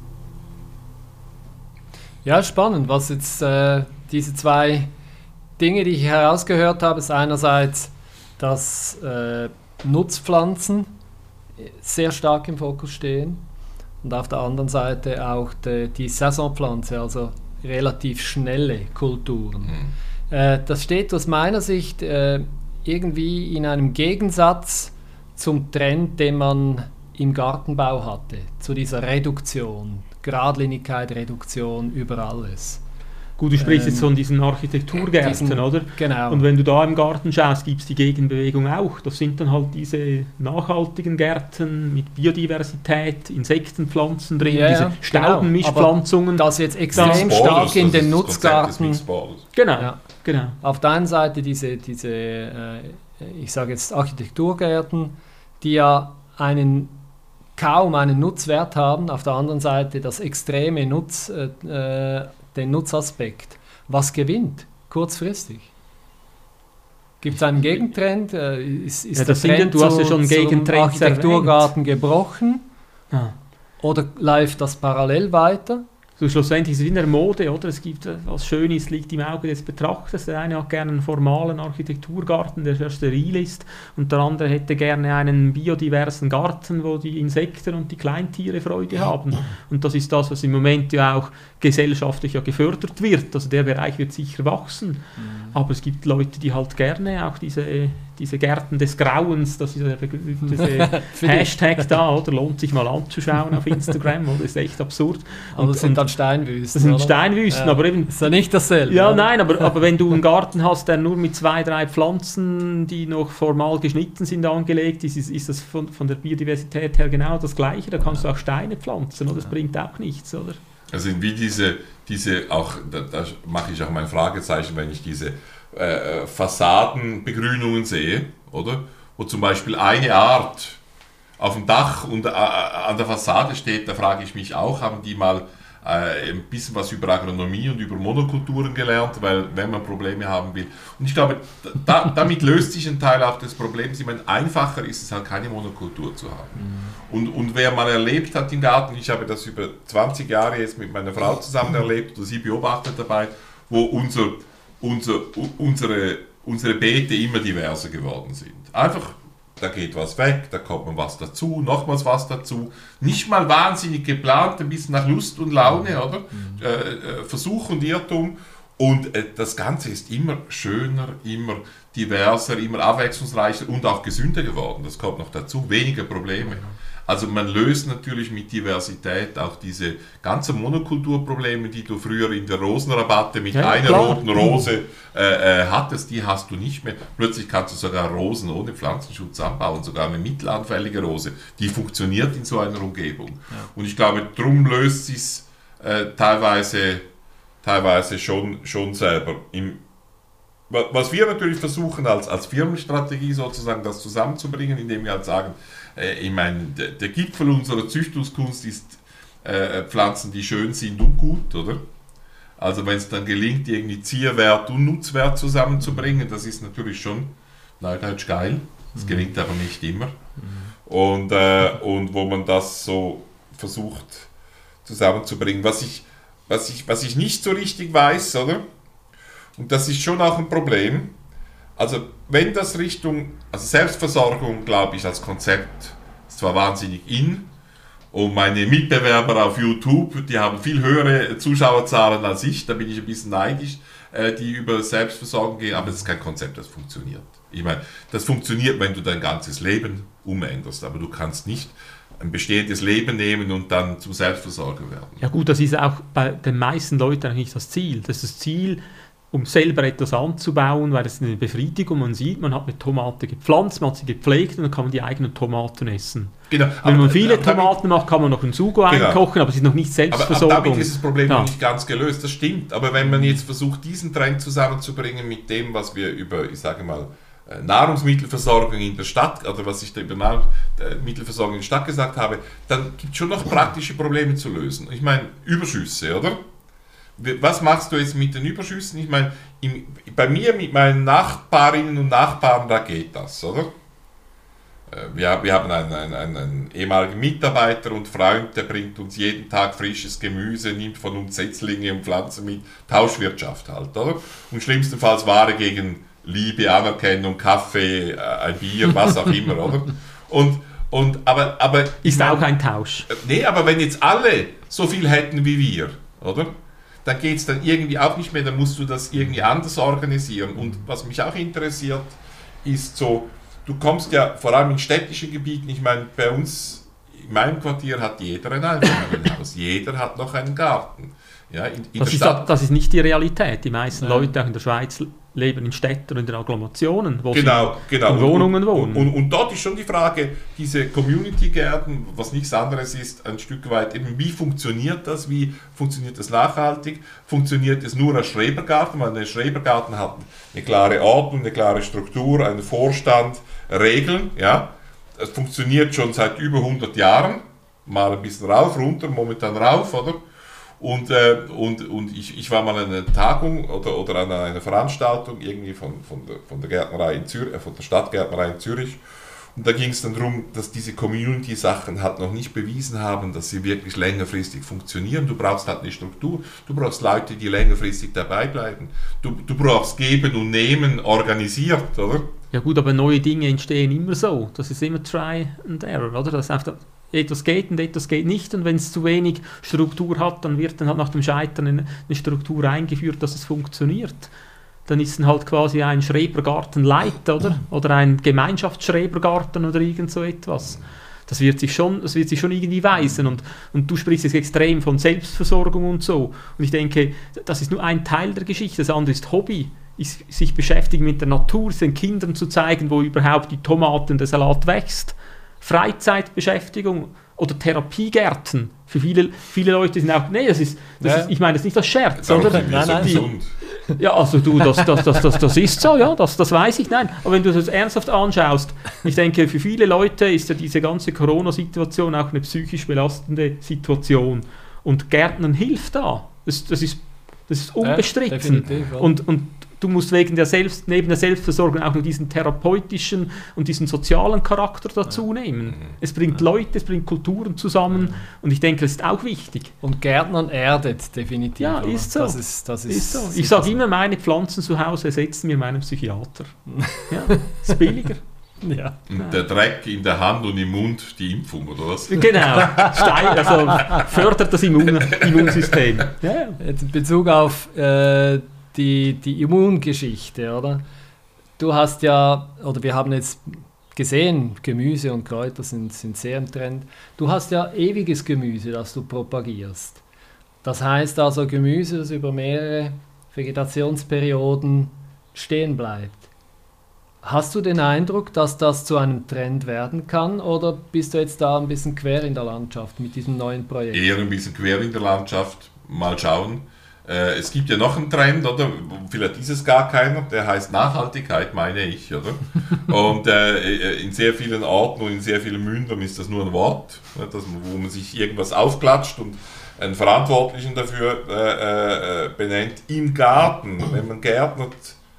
Ja, spannend, was jetzt äh, diese zwei Dinge, die ich herausgehört habe, ist einerseits, dass äh, Nutzpflanzen sehr stark im Fokus stehen und auf der anderen Seite auch de, die Saisonpflanze, also relativ schnelle Kulturen. Mhm. Äh, das steht aus meiner Sicht äh, irgendwie in einem Gegensatz zum Trend, den man im Gartenbau hatte, zu dieser Reduktion, Geradlinigkeit, Reduktion über alles. Gut, du sprichst ähm, jetzt von diesen Architekturgärten, diesen, oder? Genau. Und wenn du da im Garten schaust, gibt es die Gegenbewegung auch. Das sind dann halt diese nachhaltigen Gärten mit Biodiversität, Insektenpflanzen drin, ja, diese Staudenmischpflanzungen. Das jetzt extrem das stark Borders, in den Nutzgarten. Genau, ja. genau. Auf der einen Seite diese, diese äh, ich sage jetzt Architekturgärten, die ja einen kaum einen Nutzwert haben. Auf der anderen Seite das extreme Nutz äh, den Nutzaspekt. Was gewinnt kurzfristig? Gibt es einen Gegentrend? Ist, ist ja, der Trend ja, du hast ja schon Gegentrends Architekturgarten erwähnt. gebrochen? Ah. Oder läuft das parallel weiter? So schlussendlich ist es in der Mode, oder? Es gibt, was schön ist, liegt im Auge des Betrachters. Der eine hat gerne einen formalen Architekturgarten, der sehr steril ist, und der andere hätte gerne einen biodiversen Garten, wo die Insekten und die Kleintiere Freude haben. Und das ist das, was im Moment ja auch gesellschaftlich ja gefördert wird. Also der Bereich wird sicher wachsen. Mhm. Aber es gibt Leute, die halt gerne auch diese, diese Gärten des Grauens, das ist der Hashtag da, oder? Lohnt sich mal anzuschauen auf Instagram, oder? Das ist echt absurd. Und, das sind dann Steinwüsten. Das sind oder? Steinwüsten, ja. aber eben... Ist ja nicht dasselbe. Ja, oder? Nein, aber, aber wenn du einen Garten hast, der nur mit zwei, drei Pflanzen, die noch formal geschnitten sind, angelegt ist, ist, ist das von, von der Biodiversität her genau das Gleiche. Da kannst du auch Steine pflanzen, oder? Das bringt auch nichts, oder? Also wie diese, diese auch, da, da mache ich auch mein Fragezeichen, wenn ich diese äh, Fassadenbegrünungen sehe, oder? Wo zum Beispiel eine Art auf dem Dach und äh, an der Fassade steht, da frage ich mich auch, haben die mal äh, ein bisschen was über Agronomie und über Monokulturen gelernt, weil wenn man Probleme haben will. Und ich glaube, da, damit löst sich ein Teil auch des Problems. Ich meine, einfacher ist es halt, keine Monokultur zu haben. Mhm. Und, und wer mal erlebt hat im Garten, ich habe das über zwanzig Jahre jetzt mit meiner Frau zusammen erlebt, oder sie beobachtet dabei, wo unser, unser, unsere, unsere Beete immer diverser geworden sind. Einfach, da geht was weg, da kommt man was dazu, nochmals was dazu. Nicht mal wahnsinnig geplant, ein bisschen nach Lust und Laune, oder? Mhm. Äh, Versuch und Irrtum. Und äh, das Ganze ist immer schöner, immer diverser, immer abwechslungsreicher und auch gesünder geworden. Das kommt noch dazu, weniger Probleme. Also man löst natürlich mit Diversität auch diese ganzen Monokulturprobleme, die du früher in der Rosenrabatte mit ja, einer klar. roten Rose äh, äh, hattest, die hast du nicht mehr. Plötzlich kannst du sogar Rosen ohne Pflanzenschutz anbauen, sogar eine mittelanfällige Rose. Die funktioniert in so einer Umgebung. Ja. Und ich glaube, darum löst sich es äh, teilweise, teilweise schon, schon selber. Im, was wir natürlich versuchen als, als Firmenstrategie sozusagen, das zusammenzubringen, indem wir halt sagen, äh, ich meine, der, der Gipfel unserer Züchtungskunst ist äh, Pflanzen, die schön sind und gut, oder? Also wenn es dann gelingt, irgendwie Zierwert und Nutzwert zusammenzubringen, das ist natürlich schon neidhaft geil. Das mhm. gelingt aber nicht immer. Mhm. Und, äh, und wo man das so versucht zusammenzubringen. Was ich, was ich, was ich nicht so richtig weiß, oder? Und das ist schon auch ein Problem. Also wenn das Richtung, also Selbstversorgung, glaube ich, als Konzept ist zwar wahnsinnig in, und meine Mitbewerber auf YouTube, die haben viel höhere Zuschauerzahlen als ich, da bin ich ein bisschen neidisch, äh, die über Selbstversorgung gehen, aber das ist kein Konzept, das funktioniert. Ich meine, das funktioniert, wenn du dein ganzes Leben umänderst, aber du kannst nicht ein bestehendes Leben nehmen und dann zum Selbstversorger werden. Ja gut, das ist auch bei den meisten Leuten eigentlich das Ziel. Das ist das Ziel, um selber etwas anzubauen, weil es eine Befriedigung, man sieht, man hat eine Tomate gepflanzt, man hat sie gepflegt und dann kann man die eigenen Tomaten essen. Genau. Wenn man viele aber, Tomaten macht, kann man noch einen Sugo genau. einkochen, aber es ist noch nicht Selbstversorgung. Aber, aber damit ist das Problem ja. noch nicht ganz gelöst, das stimmt. Aber wenn man jetzt versucht, diesen Trend zusammenzubringen mit dem, was wir über, ich sage mal, Nahrungsmittelversorgung in der Stadt, oder was ich da über Nahrungsmittelversorgung in der Stadt gesagt habe, dann gibt es schon noch praktische Probleme zu lösen. Ich meine, Überschüsse, oder? Was machst du jetzt mit den Überschüssen? Ich meine, im, bei mir mit meinen Nachbarinnen und Nachbarn, da geht das, oder? Wir, wir haben einen, einen, einen ehemaligen Mitarbeiter und Freund, der bringt uns jeden Tag frisches Gemüse, nimmt von uns Setzlinge und Pflanzen mit, Tauschwirtschaft halt, oder? Und schlimmstenfalls Ware gegen Liebe, Anerkennung, Kaffee, ein Bier, was auch immer, oder? Und, und, aber, aber, ist meine, auch ein Tausch. Nee, aber wenn jetzt alle so viel hätten wie wir, oder? Dann geht es dann irgendwie auch nicht mehr, dann musst du das irgendwie anders organisieren. Und was mich auch interessiert, ist so, du kommst ja vor allem in städtischen Gebieten, ich meine, bei uns, in meinem Quartier hat jeder ein Einfamilienhaus, jeder hat noch einen Garten. Ja, in, in das, der ist, Stadt, das ist nicht die Realität. Die meisten ja. Leute auch in der Schweiz leben in Städten und in den Agglomerationen, wo genau, sie genau. in Wohnungen und, wohnen. Und, und, und dort ist schon die Frage, diese Community-Gärten, was nichts anderes ist, ein Stück weit eben, wie funktioniert das, wie funktioniert das nachhaltig, funktioniert es nur als Schrebergarten, weil ein Schrebergarten hat eine klare Ordnung, eine klare Struktur, einen Vorstand, Regeln, ja. Es funktioniert schon seit über hundert Jahren, mal ein bisschen rauf, runter, momentan rauf, oder? Und, äh, und, und ich, ich war mal an einer Tagung oder, oder an einer Veranstaltung irgendwie von, von, der, von, der Gärtnerei in Zürich, äh, von der Stadtgärtnerei in Zürich. Und da ging es dann darum, dass diese Community-Sachen halt noch nicht bewiesen haben, dass sie wirklich längerfristig funktionieren. Du brauchst halt eine Struktur, du brauchst Leute, die längerfristig dabei bleiben. Du, du brauchst Geben und Nehmen organisiert, oder? Ja gut, aber neue Dinge entstehen immer so. Das ist immer Try and Error, oder? Das ist einfach etwas geht und etwas geht nicht, und wenn es zu wenig Struktur hat, dann wird dann halt nach dem Scheitern eine, eine Struktur eingeführt, dass es funktioniert. Dann ist dann halt quasi ein Schrebergarten Light, oder? Oder ein Gemeinschaftsschrebergarten oder irgend so etwas. Das wird sich schon, das wird sich schon irgendwie weisen, und, und du sprichst jetzt extrem von Selbstversorgung und so. Und ich denke, das ist nur ein Teil der Geschichte, das andere ist Hobby. Ist, sich beschäftigen mit der Natur, den Kindern zu zeigen, wo überhaupt die Tomate und der Salat wächst. Freizeitbeschäftigung oder Therapiegärten. Für viele, viele Leute sind auch, nee, das ist, das ja. ist ich meine, das ist nicht das Scherz, das oder? Nein, nein, die, ja, also du, das, das, das, das, das ist so, ja, das, das weiß ich, nein. Aber wenn du das ernsthaft anschaust, ich denke, für viele Leute ist ja diese ganze Corona-Situation auch eine psychisch belastende Situation. Und Gärtnern hilft da. Das, das, ist, das ist unbestritten. Ja, und, und du musst wegen der Selbst, neben der Selbstversorgung auch noch diesen therapeutischen und diesen sozialen Charakter dazu nehmen. Es bringt Leute, es bringt Kulturen zusammen, und ich denke, das ist auch wichtig. Und Gärtnern erdet definitiv. Ja, ist so. Das ist, das ist, ist so. Ich sage immer, meine Pflanzen zu Hause ersetzen mir meinen Psychiater. Ja, ist billiger. Ja. Und der Dreck in der Hand und im Mund, die Impfung, oder was? Genau, Stein, also fördert das Immun, Immunsystem. Ja. Jetzt in Bezug auf äh, die, die Immungeschichte, oder? Du hast ja, oder wir haben jetzt gesehen, Gemüse und Kräuter sind, sind sehr im Trend. Du hast ja ewiges Gemüse, das du propagierst. Das heißt also Gemüse, das über mehrere Vegetationsperioden stehen bleibt. Hast du den Eindruck, dass das zu einem Trend werden kann, oder bist du jetzt da ein bisschen quer in der Landschaft mit diesem neuen Projekt? Eher ein bisschen quer in der Landschaft, mal schauen. Äh, es gibt ja noch einen Trend, oder? Vielleicht ist es gar keiner, der heißt Nachhaltigkeit, meine ich, oder? Und äh, in sehr vielen Orten und in sehr vielen Mündern ist das nur ein Wort, ne, das, wo man sich irgendwas aufklatscht und einen Verantwortlichen dafür äh, äh, benennt. Im Garten, wenn man gärtnert,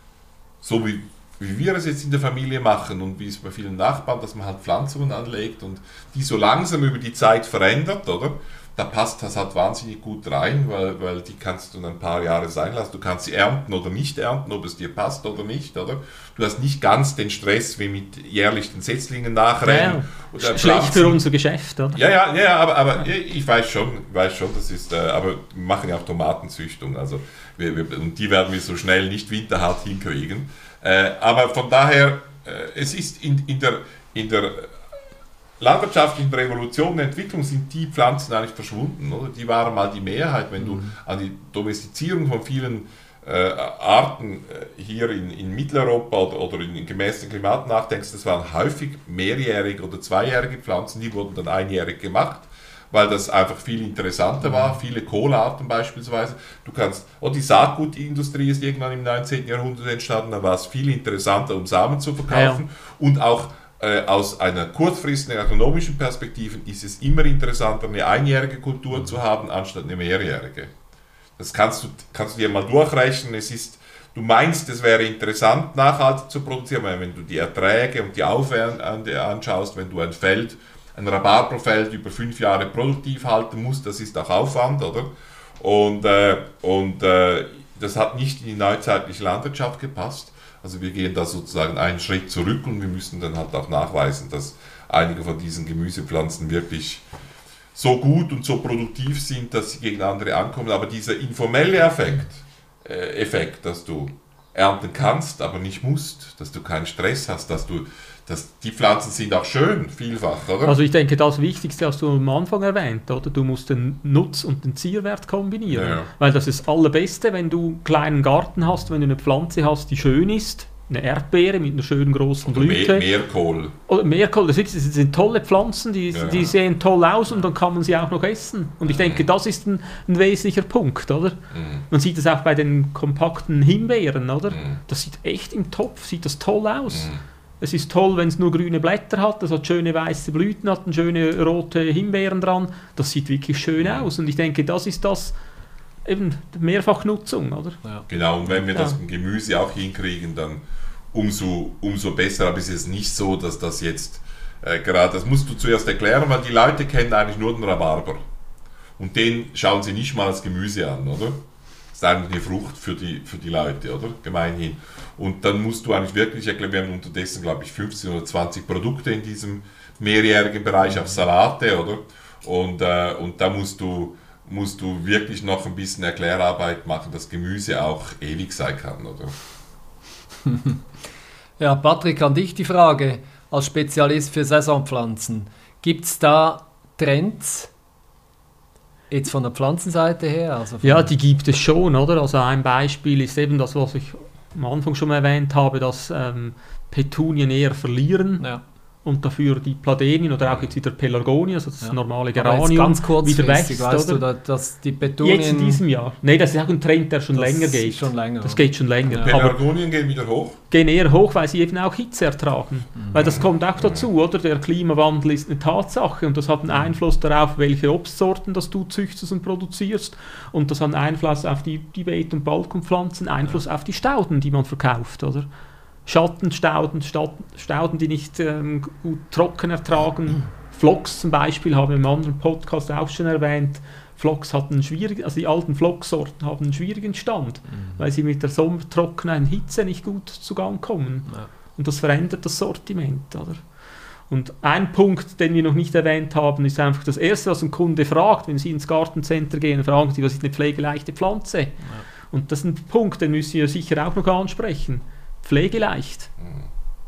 so wie wie wir es jetzt in der Familie machen und wie es bei vielen Nachbarn, dass man halt Pflanzungen anlegt und die so langsam über die Zeit verändert, oder? da passt das halt wahnsinnig gut rein, weil, weil die kannst du ein paar Jahre sein lassen. Du kannst sie ernten oder nicht ernten, ob es dir passt oder nicht, oder? Du hast nicht ganz den Stress wie mit jährlich den Setzlingen nachrennen. Ja, oder schlecht Pflanzen. für unser Geschäft, oder? Ja, ja, ja, aber, aber ich weiß schon, weiß schon, das ist, äh, aber wir machen ja auch Tomatenzüchtung, also wir, wir, und die werden wir so schnell nicht winterhart hinkriegen. Äh, aber von daher, äh, es ist in, in der, in der landwirtschaftlichen Revolution, der Entwicklung sind die Pflanzen eigentlich verschwunden, oder? Die waren mal die Mehrheit, wenn du an die Domestizierung von vielen äh, Arten äh, hier in, in Mitteleuropa oder, oder in, in gemäßigten Klimaten nachdenkst, das waren häufig mehrjährige oder zweijährige Pflanzen, die wurden dann einjährig gemacht, weil das einfach viel interessanter war, viele Kohlarten beispielsweise. Du kannst, und die Saatgutindustrie ist irgendwann im neunzehnten Jahrhundert entstanden, da war es viel interessanter, um Samen zu verkaufen, ja. Und auch aus einer kurzfristigen ökonomischen Perspektive ist es immer interessanter, eine einjährige Kultur zu haben, anstatt eine mehrjährige. Das kannst du, kannst du dir mal durchrechnen. Es ist, du meinst, es wäre interessant, nachhaltig zu produzieren, aber wenn du die Erträge und die Aufwände anschaust, wenn du ein Feld, ein Rhabarberfeld über fünf Jahre produktiv halten musst, das ist auch Aufwand, oder? Und, äh, und äh, das hat nicht in die neuzeitliche Landwirtschaft gepasst. Also wir gehen da sozusagen einen Schritt zurück und wir müssen dann halt auch nachweisen, dass einige von diesen Gemüsepflanzen wirklich so gut und so produktiv sind, dass sie gegen andere ankommen. Aber dieser informelle Effekt, äh, Effekt, dass du ernten kannst, aber nicht musst, dass du keinen Stress hast, dass du, dass die Pflanzen sind auch schön, vielfach, oder? Also ich denke, das Wichtigste hast du am Anfang erwähnt, oder? Du musst den Nutz- und den Zierwert kombinieren, ja. Weil das ist das Allerbeste, wenn du einen kleinen Garten hast, wenn du eine Pflanze hast, die schön ist, eine Erdbeere mit einer schönen großen oder Blüte. Meerkohl. Oder Meerkohl, das sind tolle Pflanzen, die, ja. die sehen toll aus und dann kann man sie auch noch essen. Und ich denke, das ist ein, ein wesentlicher Punkt, oder? Mhm. Man sieht das auch bei den kompakten Himbeeren, oder? Mhm. Das sieht echt im Topf, sieht das toll aus. Mhm. Es ist toll, wenn es nur grüne Blätter hat, das hat schöne weiße Blüten, hat schöne rote Himbeeren dran. Das sieht wirklich schön mhm. aus. Und ich denke, das ist das, eben Mehrfachnutzung, oder? Ja. Genau, und wenn wir ja. das mit Gemüse auch hinkriegen, dann umso, umso besser. Aber es ist nicht so, dass das jetzt äh, gerade, das musst du zuerst erklären, weil die Leute kennen eigentlich nur den Rhabarber. Und den schauen sie nicht mal als Gemüse an, oder? Das ist eigentlich eine Frucht für die, für die Leute, oder? Gemeinhin. Und dann musst du eigentlich wirklich erklären, wir haben unterdessen, glaube ich, fünfzehn oder zwanzig Produkte in diesem mehrjährigen Bereich, auch Salate, oder? Und, äh, und da musst du, musst du wirklich noch ein bisschen Erklärarbeit machen, dass Gemüse auch ewig sein kann, oder? Ja, Patrick, an dich die Frage, als Spezialist für Saisonpflanzen. Gibt es da Trends, jetzt von der Pflanzenseite her? Also ja, die gibt es schon, oder? Also ein Beispiel ist eben das, was ich am Anfang schon erwähnt habe, dass ähm, Petunien eher verlieren. Ja. Und dafür die Pladenien oder auch jetzt wieder Pelargonien, also das ja. normale Geranium, wieder wächst, weißt oder? Du, dass die Petunien... Jetzt in diesem Jahr. Nein, das ist auch ein Trend, der schon länger geht. Schon länger, das geht schon länger. Ja. Pelargonien gehen wieder hoch? Gehen eher hoch, weil sie eben auch Hitze ertragen. Mhm. Weil das kommt auch dazu, oder? Der Klimawandel ist eine Tatsache und das hat einen Einfluss darauf, welche Obstsorten das du züchtest und produzierst. Und das hat einen Einfluss auf die, die Beet- und Balkonpflanzen, Einfluss ja. auf die Stauden, die man verkauft, oder? Schattenstauden, Stauden, die nicht ähm, gut trocken ertragen. Phlox zum Beispiel haben wir im anderen Podcast auch schon erwähnt. Phlox hat einen schwierigen, also die alten Phlox-Sorten haben einen schwierigen Stand, mhm. weil sie mit der sommertrockenen Hitze nicht gut zugange kommen. Ja. Und das verändert das Sortiment, oder? Und ein Punkt, den wir noch nicht erwähnt haben, ist einfach das Erste, was ein Kunde fragt, wenn Sie ins Gartencenter gehen, fragen Sie, was ist eine pflegeleichte Pflanze? Ja. Und das ist ein Punkt, den müssen wir sicher auch noch ansprechen. Pflegeleicht. Mhm.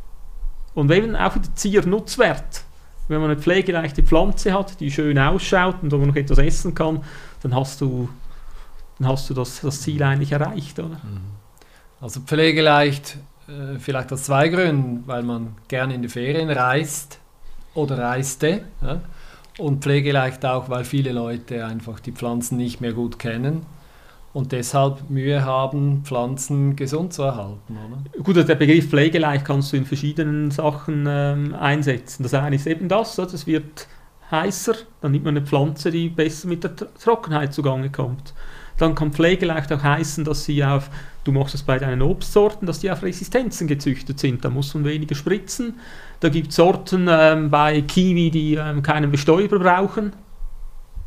Und eben auch der Zier-Nutzwert. Wenn man eine pflegeleichte Pflanze hat, die schön ausschaut und wo man noch etwas essen kann, dann hast du, dann hast du das, das Ziel eigentlich erreicht, oder? Also pflegeleicht äh, vielleicht aus zwei Gründen, weil man gerne in die Ferien reist oder reiste. Ja? Und pflegeleicht auch, weil viele Leute einfach die Pflanzen nicht mehr gut kennen. Und deshalb Mühe haben, Pflanzen gesund zu erhalten, oder? Gut, der Begriff pflegeleicht kannst du in verschiedenen Sachen ähm, einsetzen. Das eine ist eben das, oder? Es wird heißer, dann nimmt man eine Pflanze, die besser mit der Trockenheit zugange kommt. Dann kann pflegeleicht auch heißen, dass sie auf, du machst das bei deinen Obstsorten, dass die auf Resistenzen gezüchtet sind. Da muss man weniger spritzen. Da gibt es Sorten ähm, bei Kiwi, die ähm, keinen Bestäuber brauchen.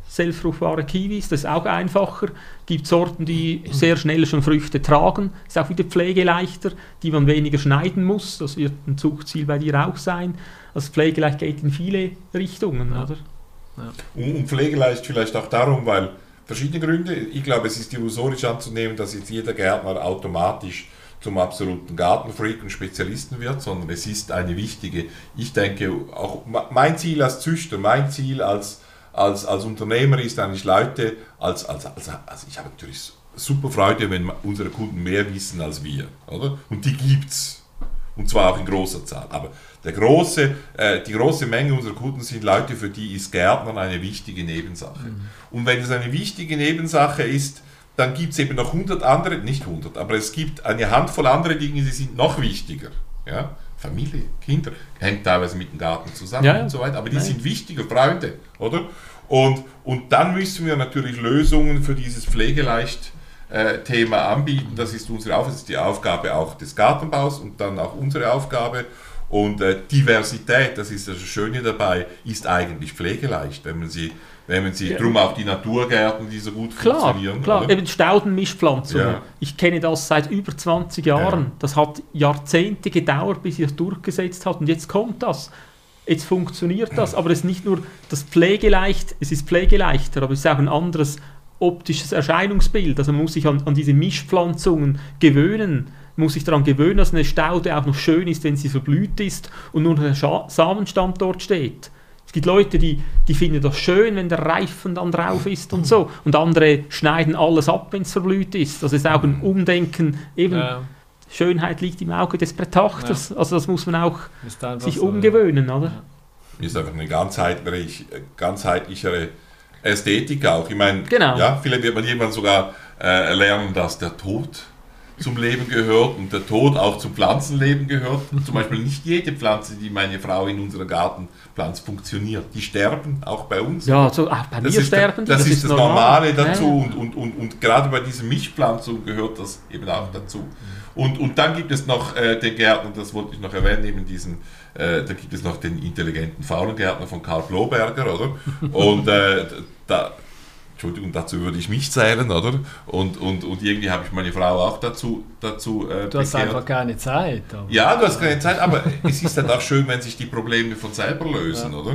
selbstfruchtbare Kiwis, das ist auch einfacher. Es gibt Sorten, die sehr schnell schon Früchte tragen, ist auch wieder pflegeleichter, die man weniger schneiden muss, das wird ein Zuchtziel bei dir auch sein. Also pflegeleicht geht in viele Richtungen, ja. Oder? Ja. Und, und pflegeleicht vielleicht auch darum, weil verschiedene Gründe, ich glaube, es ist illusorisch anzunehmen, dass jetzt jeder Gärtner automatisch zum absoluten Gartenfreak und Spezialisten wird, sondern es ist eine wichtige, ich denke, auch mein Ziel als Züchter, mein Ziel als, als, als Unternehmer ist eigentlich Leute, als, als, als, also ich habe natürlich super Freude, wenn unsere Kunden mehr wissen als wir, oder? Und die gibt's. Und zwar auch in großer Zahl. Aber der große, äh, die große Menge unserer Kunden sind Leute, für die ist Gärtnern eine wichtige Nebensache. Mhm. Und wenn es eine wichtige Nebensache ist, dann gibt es eben noch hundert andere, nicht hundert, aber es gibt eine Handvoll andere Dinge, die sind noch wichtiger. Ja? Familie, Kinder, hängt teilweise mit dem Garten zusammen ja, und so weiter, aber die Nein. sind wichtiger, Freunde, oder? Und, und dann müssen wir natürlich Lösungen für dieses pflegeleicht äh, Thema anbieten. Das ist unsere Aufgabe, das ist die Aufgabe auch des Gartenbaus und dann auch unsere Aufgabe. Und äh, Diversität, das ist das Schöne dabei, ist eigentlich pflegeleicht, wenn man sie Wenn man sie, ja. Drum auch die Naturgärten, die so gut klar, funktionieren. Klar, oder? Eben Staudenmischpflanzungen. Ja. Ich kenne das seit über zwanzig Jahren. Ja. Das hat Jahrzehnte gedauert, bis sich das durchgesetzt hat. Und jetzt kommt das. Jetzt funktioniert das. Aber es ist nicht nur das Pflegeleicht, es ist pflegeleichter, aber es ist auch ein anderes optisches Erscheinungsbild. Also man muss sich an, an diese Mischpflanzungen gewöhnen. Man muss sich daran gewöhnen, dass eine Staude auch noch schön ist, wenn sie verblüht ist und nur der Scha- Samenstand dort steht. Es gibt Leute, die, die finden das schön, wenn der Reifen dann drauf ist und so. Und andere schneiden alles ab, wenn es verblüht ist. Das ist auch ein Umdenken. Eben, ja. Schönheit liegt im Auge des Betrachters. Ja. Also das muss man auch sich so, umgewöhnen, oder? Ja. Mir ist einfach eine ganzheitlich, ganzheitlichere Ästhetik auch. Ich meine, genau. ja, vielleicht wird man jemand sogar äh, lernen, dass der Tod zum Leben gehört und der Tod auch zum Pflanzenleben gehört. Zum Beispiel nicht jede Pflanze, die meine Frau in unserem Garten pflanzt, funktioniert. Die sterben auch bei uns. Ja, so, auch bei das mir ist sterben die. Das, das ist das normal. Normale dazu ja, ja. Und, und, und, und gerade bei dieser Mischpflanzung gehört das eben auch dazu. Und, und dann gibt es noch äh, den Gärtner, das wollte ich noch erwähnen, eben diesen, äh, da gibt es noch den intelligenten Faulengärtner von Karl Bloberger, oder? Und äh, da Entschuldigung, dazu würde ich mich zählen, oder? Und, und, und irgendwie habe ich meine Frau auch dazu, dazu äh, Du hast bekehrt. Einfach keine Zeit. Aber. Ja, du hast keine Zeit, aber es ist dann auch schön, wenn sich die Probleme von selber lösen, ja. Oder?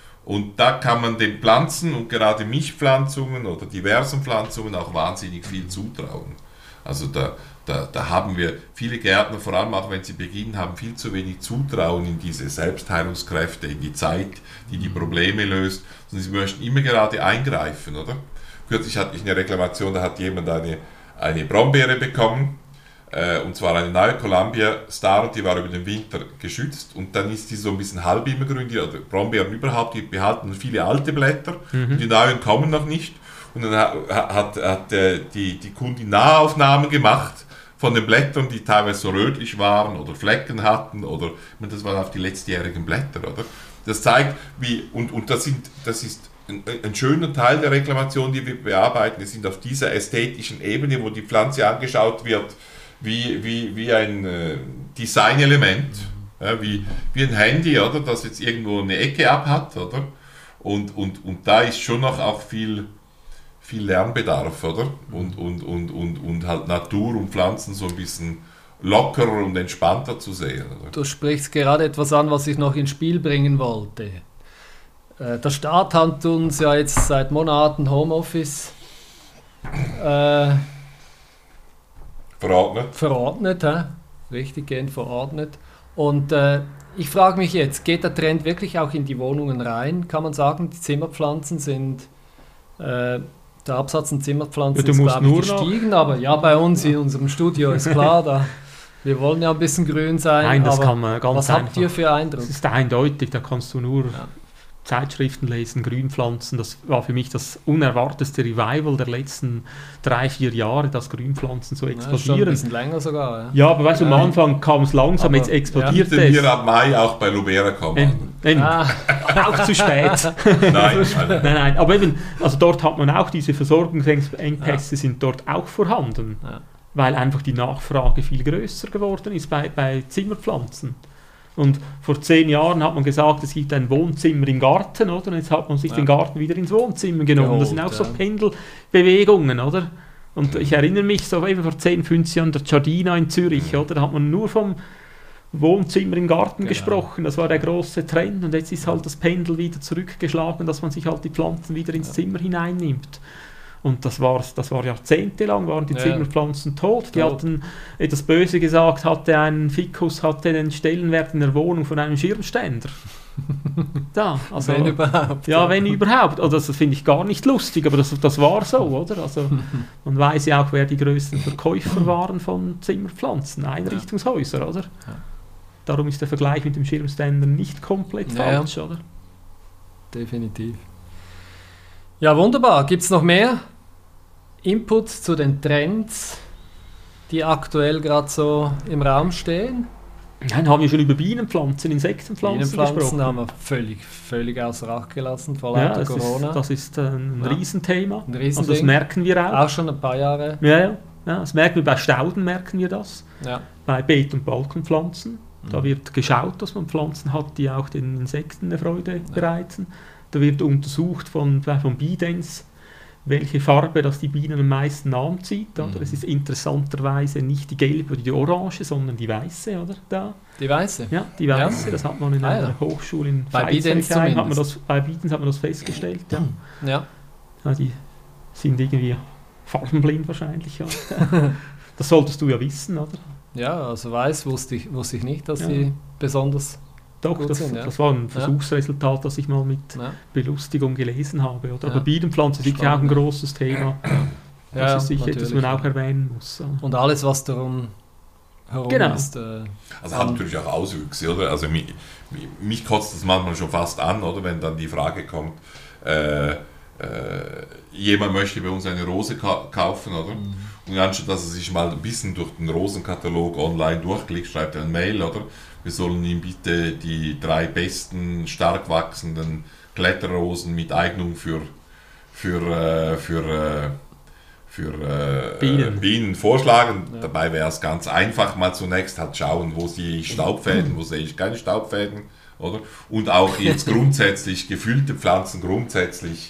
Und da kann man den Pflanzen und gerade Mischpflanzungen oder diversen Pflanzungen auch wahnsinnig viel zutrauen. Also da, da, da haben wir viele Gärtner, vor allem auch wenn sie beginnen, haben viel zu wenig Zutrauen in diese Selbstheilungskräfte, in die Zeit, die die Probleme löst. Und sie möchten immer gerade eingreifen, oder? Kürzlich hatte ich eine Reklamation, da hat jemand eine, eine Brombeere bekommen, äh, und zwar eine neue Columbia Star, die war über den Winter geschützt und dann ist die so ein bisschen halb immergrün, die also Brombeeren überhaupt, die behalten viele alte Blätter, mhm. und die neuen kommen noch nicht. Und dann hat, hat, hat äh, die, die Kundin Nahaufnahmen gemacht von den Blättern, die teilweise so rötlich waren oder Flecken hatten, oder, ich meine, das waren auf die letztjährigen Blätter, oder? Das zeigt, wie, und, und das, sind, das ist ein, ein schöner Teil der Reklamation, die wir bearbeiten. Wir sind auf dieser ästhetischen Ebene, wo die Pflanze angeschaut wird, wie, wie, wie ein äh, Designelement, ja, wie, wie ein Handy, oder, das jetzt irgendwo eine Ecke abhat, oder? Und, und, und da ist schon noch auch viel, viel Lernbedarf, oder? Und, und, und, und, und halt Natur und Pflanzen so ein bisschen lockerer und entspannter zu sehen. Oder? Du sprichst gerade etwas an, was ich noch ins Spiel bringen wollte. Äh, der Staat hat uns ja jetzt seit Monaten Homeoffice äh, verordnet. Verordnet, hä? Richtiggehend verordnet. Und äh, ich frage mich jetzt, geht der Trend wirklich auch in die Wohnungen rein? Kann man sagen, die Zimmerpflanzen sind... Äh, der Absatz an Zimmerpflanzen ja, ist, glaube ich, gestiegen, aber ja, bei uns in unserem Studio ist klar, da, wir wollen ja ein bisschen grün sein. Nein, das kann man ganz was einfach. Habt ihr für Eindruck? Das ist eindeutig, da kannst du nur ja. Zeitschriften lesen, Grünpflanzen. Das war für mich das unerwartetste Revival der letzten drei, vier Jahre, dass Grünpflanzen so explodieren. Ja, schon ein bisschen länger sogar. Ja, ja aber weißt du, am Anfang kam es langsam, aber jetzt explodiert ja. es. Wir ab Mai auch bei Lubera kommen. Ähm, ah. Auch zu spät. Nein, nein, nein. Aber eben, also dort hat man auch diese Versorgungsengpässe ja. sind dort auch vorhanden, ja. weil einfach die Nachfrage viel größer geworden ist bei, bei Zimmerpflanzen. Und vor zehn Jahren hat man gesagt, es gibt ein Wohnzimmer im Garten, oder? Und jetzt hat man sich ja. den Garten wieder ins Wohnzimmer genommen. Geholt, das sind auch ja. so Pendelbewegungen, oder? Und ich erinnere mich so eben vor zehn, fünfzehn Jahren, der Giardina in Zürich, oder? Da hat man nur vom Wohnzimmer im Garten genau. gesprochen, das war der große Trend. Und jetzt ist halt das Pendel wieder zurückgeschlagen, dass man sich halt die Pflanzen wieder ins ja. Zimmer hineinnimmt. Und das war, das war jahrzehntelang, waren die ja. Zimmerpflanzen tot. Die tot. hatten, etwas böse gesagt, hatte ein Ficus hatte den Stellenwert in der Wohnung von einem Schirmständer. Da, also, wenn überhaupt. Ja, wenn überhaupt. Also das finde ich gar nicht lustig, aber das, das war so, oder? Also man weiß ja auch, wer die größten Verkäufer waren von Zimmerpflanzen, Einrichtungshäuser, oder? Ja. Darum ist der Vergleich mit dem Schirmständer nicht komplett ja. falsch, oder? Definitiv. Ja, wunderbar. Gibt es noch mehr Inputs zu den Trends, die aktuell gerade so im Raum stehen? Nein, haben wir schon über Bienenpflanzen, Insektenpflanzen Bienenpflanzen gesprochen. haben wir völlig, völlig außer Acht gelassen vor ja, lauter das Corona. Ist, das ist ein ja. Riesenthema. Ein Riesending. Also das merken wir auch. Auch schon ein paar Jahre. Ja, ja. ja das merken wir bei Stauden, merken wir das. Ja. Bei Beet- und Balkenpflanzen. Da wird geschaut, dass man Pflanzen hat, die auch den Insekten eine Freude ja. bereiten. Da wird untersucht von, von Bidens, welche Farbe das die Bienen am meisten anzieht. Oder? Mhm. Es ist interessanterweise nicht die gelbe oder die orange, sondern die weiße. Oder? Da. Die weiße? Ja, die weiße. Ja. Das hat man in ah, einer ja. Hochschule in bei Bidens hat man das, bei Bidens hat man das festgestellt. Ja. Ja. Ja, die sind irgendwie farbenblind wahrscheinlich. Ja. Das solltest du ja wissen, oder? Ja, also weiß, wusste ich, wusste ich nicht, dass ja. sie besonders Doch, gut das, sind. Ja. das war ein Versuchsresultat, das ich mal mit ja. Belustigung gelesen habe. Oder? Ja. Aber Bienenpflanzen ist sicher auch ein großes Thema. Das ja, ist sicher natürlich. etwas, was man auch erwähnen muss. Und alles, was darum herum genau. ist. Äh, also hat natürlich auch Auswüchse, oder? Also mich, mich kotzt das manchmal schon fast an, oder? Wenn dann die Frage kommt, äh, äh, jemand möchte bei uns eine Rose ka- kaufen, oder? Mhm. Und anstatt dass er sich mal ein bisschen durch den Rosenkatalog online durchklickt, schreibt er ein Mail, oder? Wir sollen ihm bitte die drei besten, stark wachsenden Kletterrosen mit Eignung für, für, äh, für, äh, für äh, Bienen. Bienen vorschlagen. Ja. Dabei wäre es ganz einfach, mal zunächst halt schauen, wo sehe ich Staubfäden, wo sehe ich keine Staubfäden, oder? Und auch jetzt grundsätzlich gefüllte Pflanzen grundsätzlich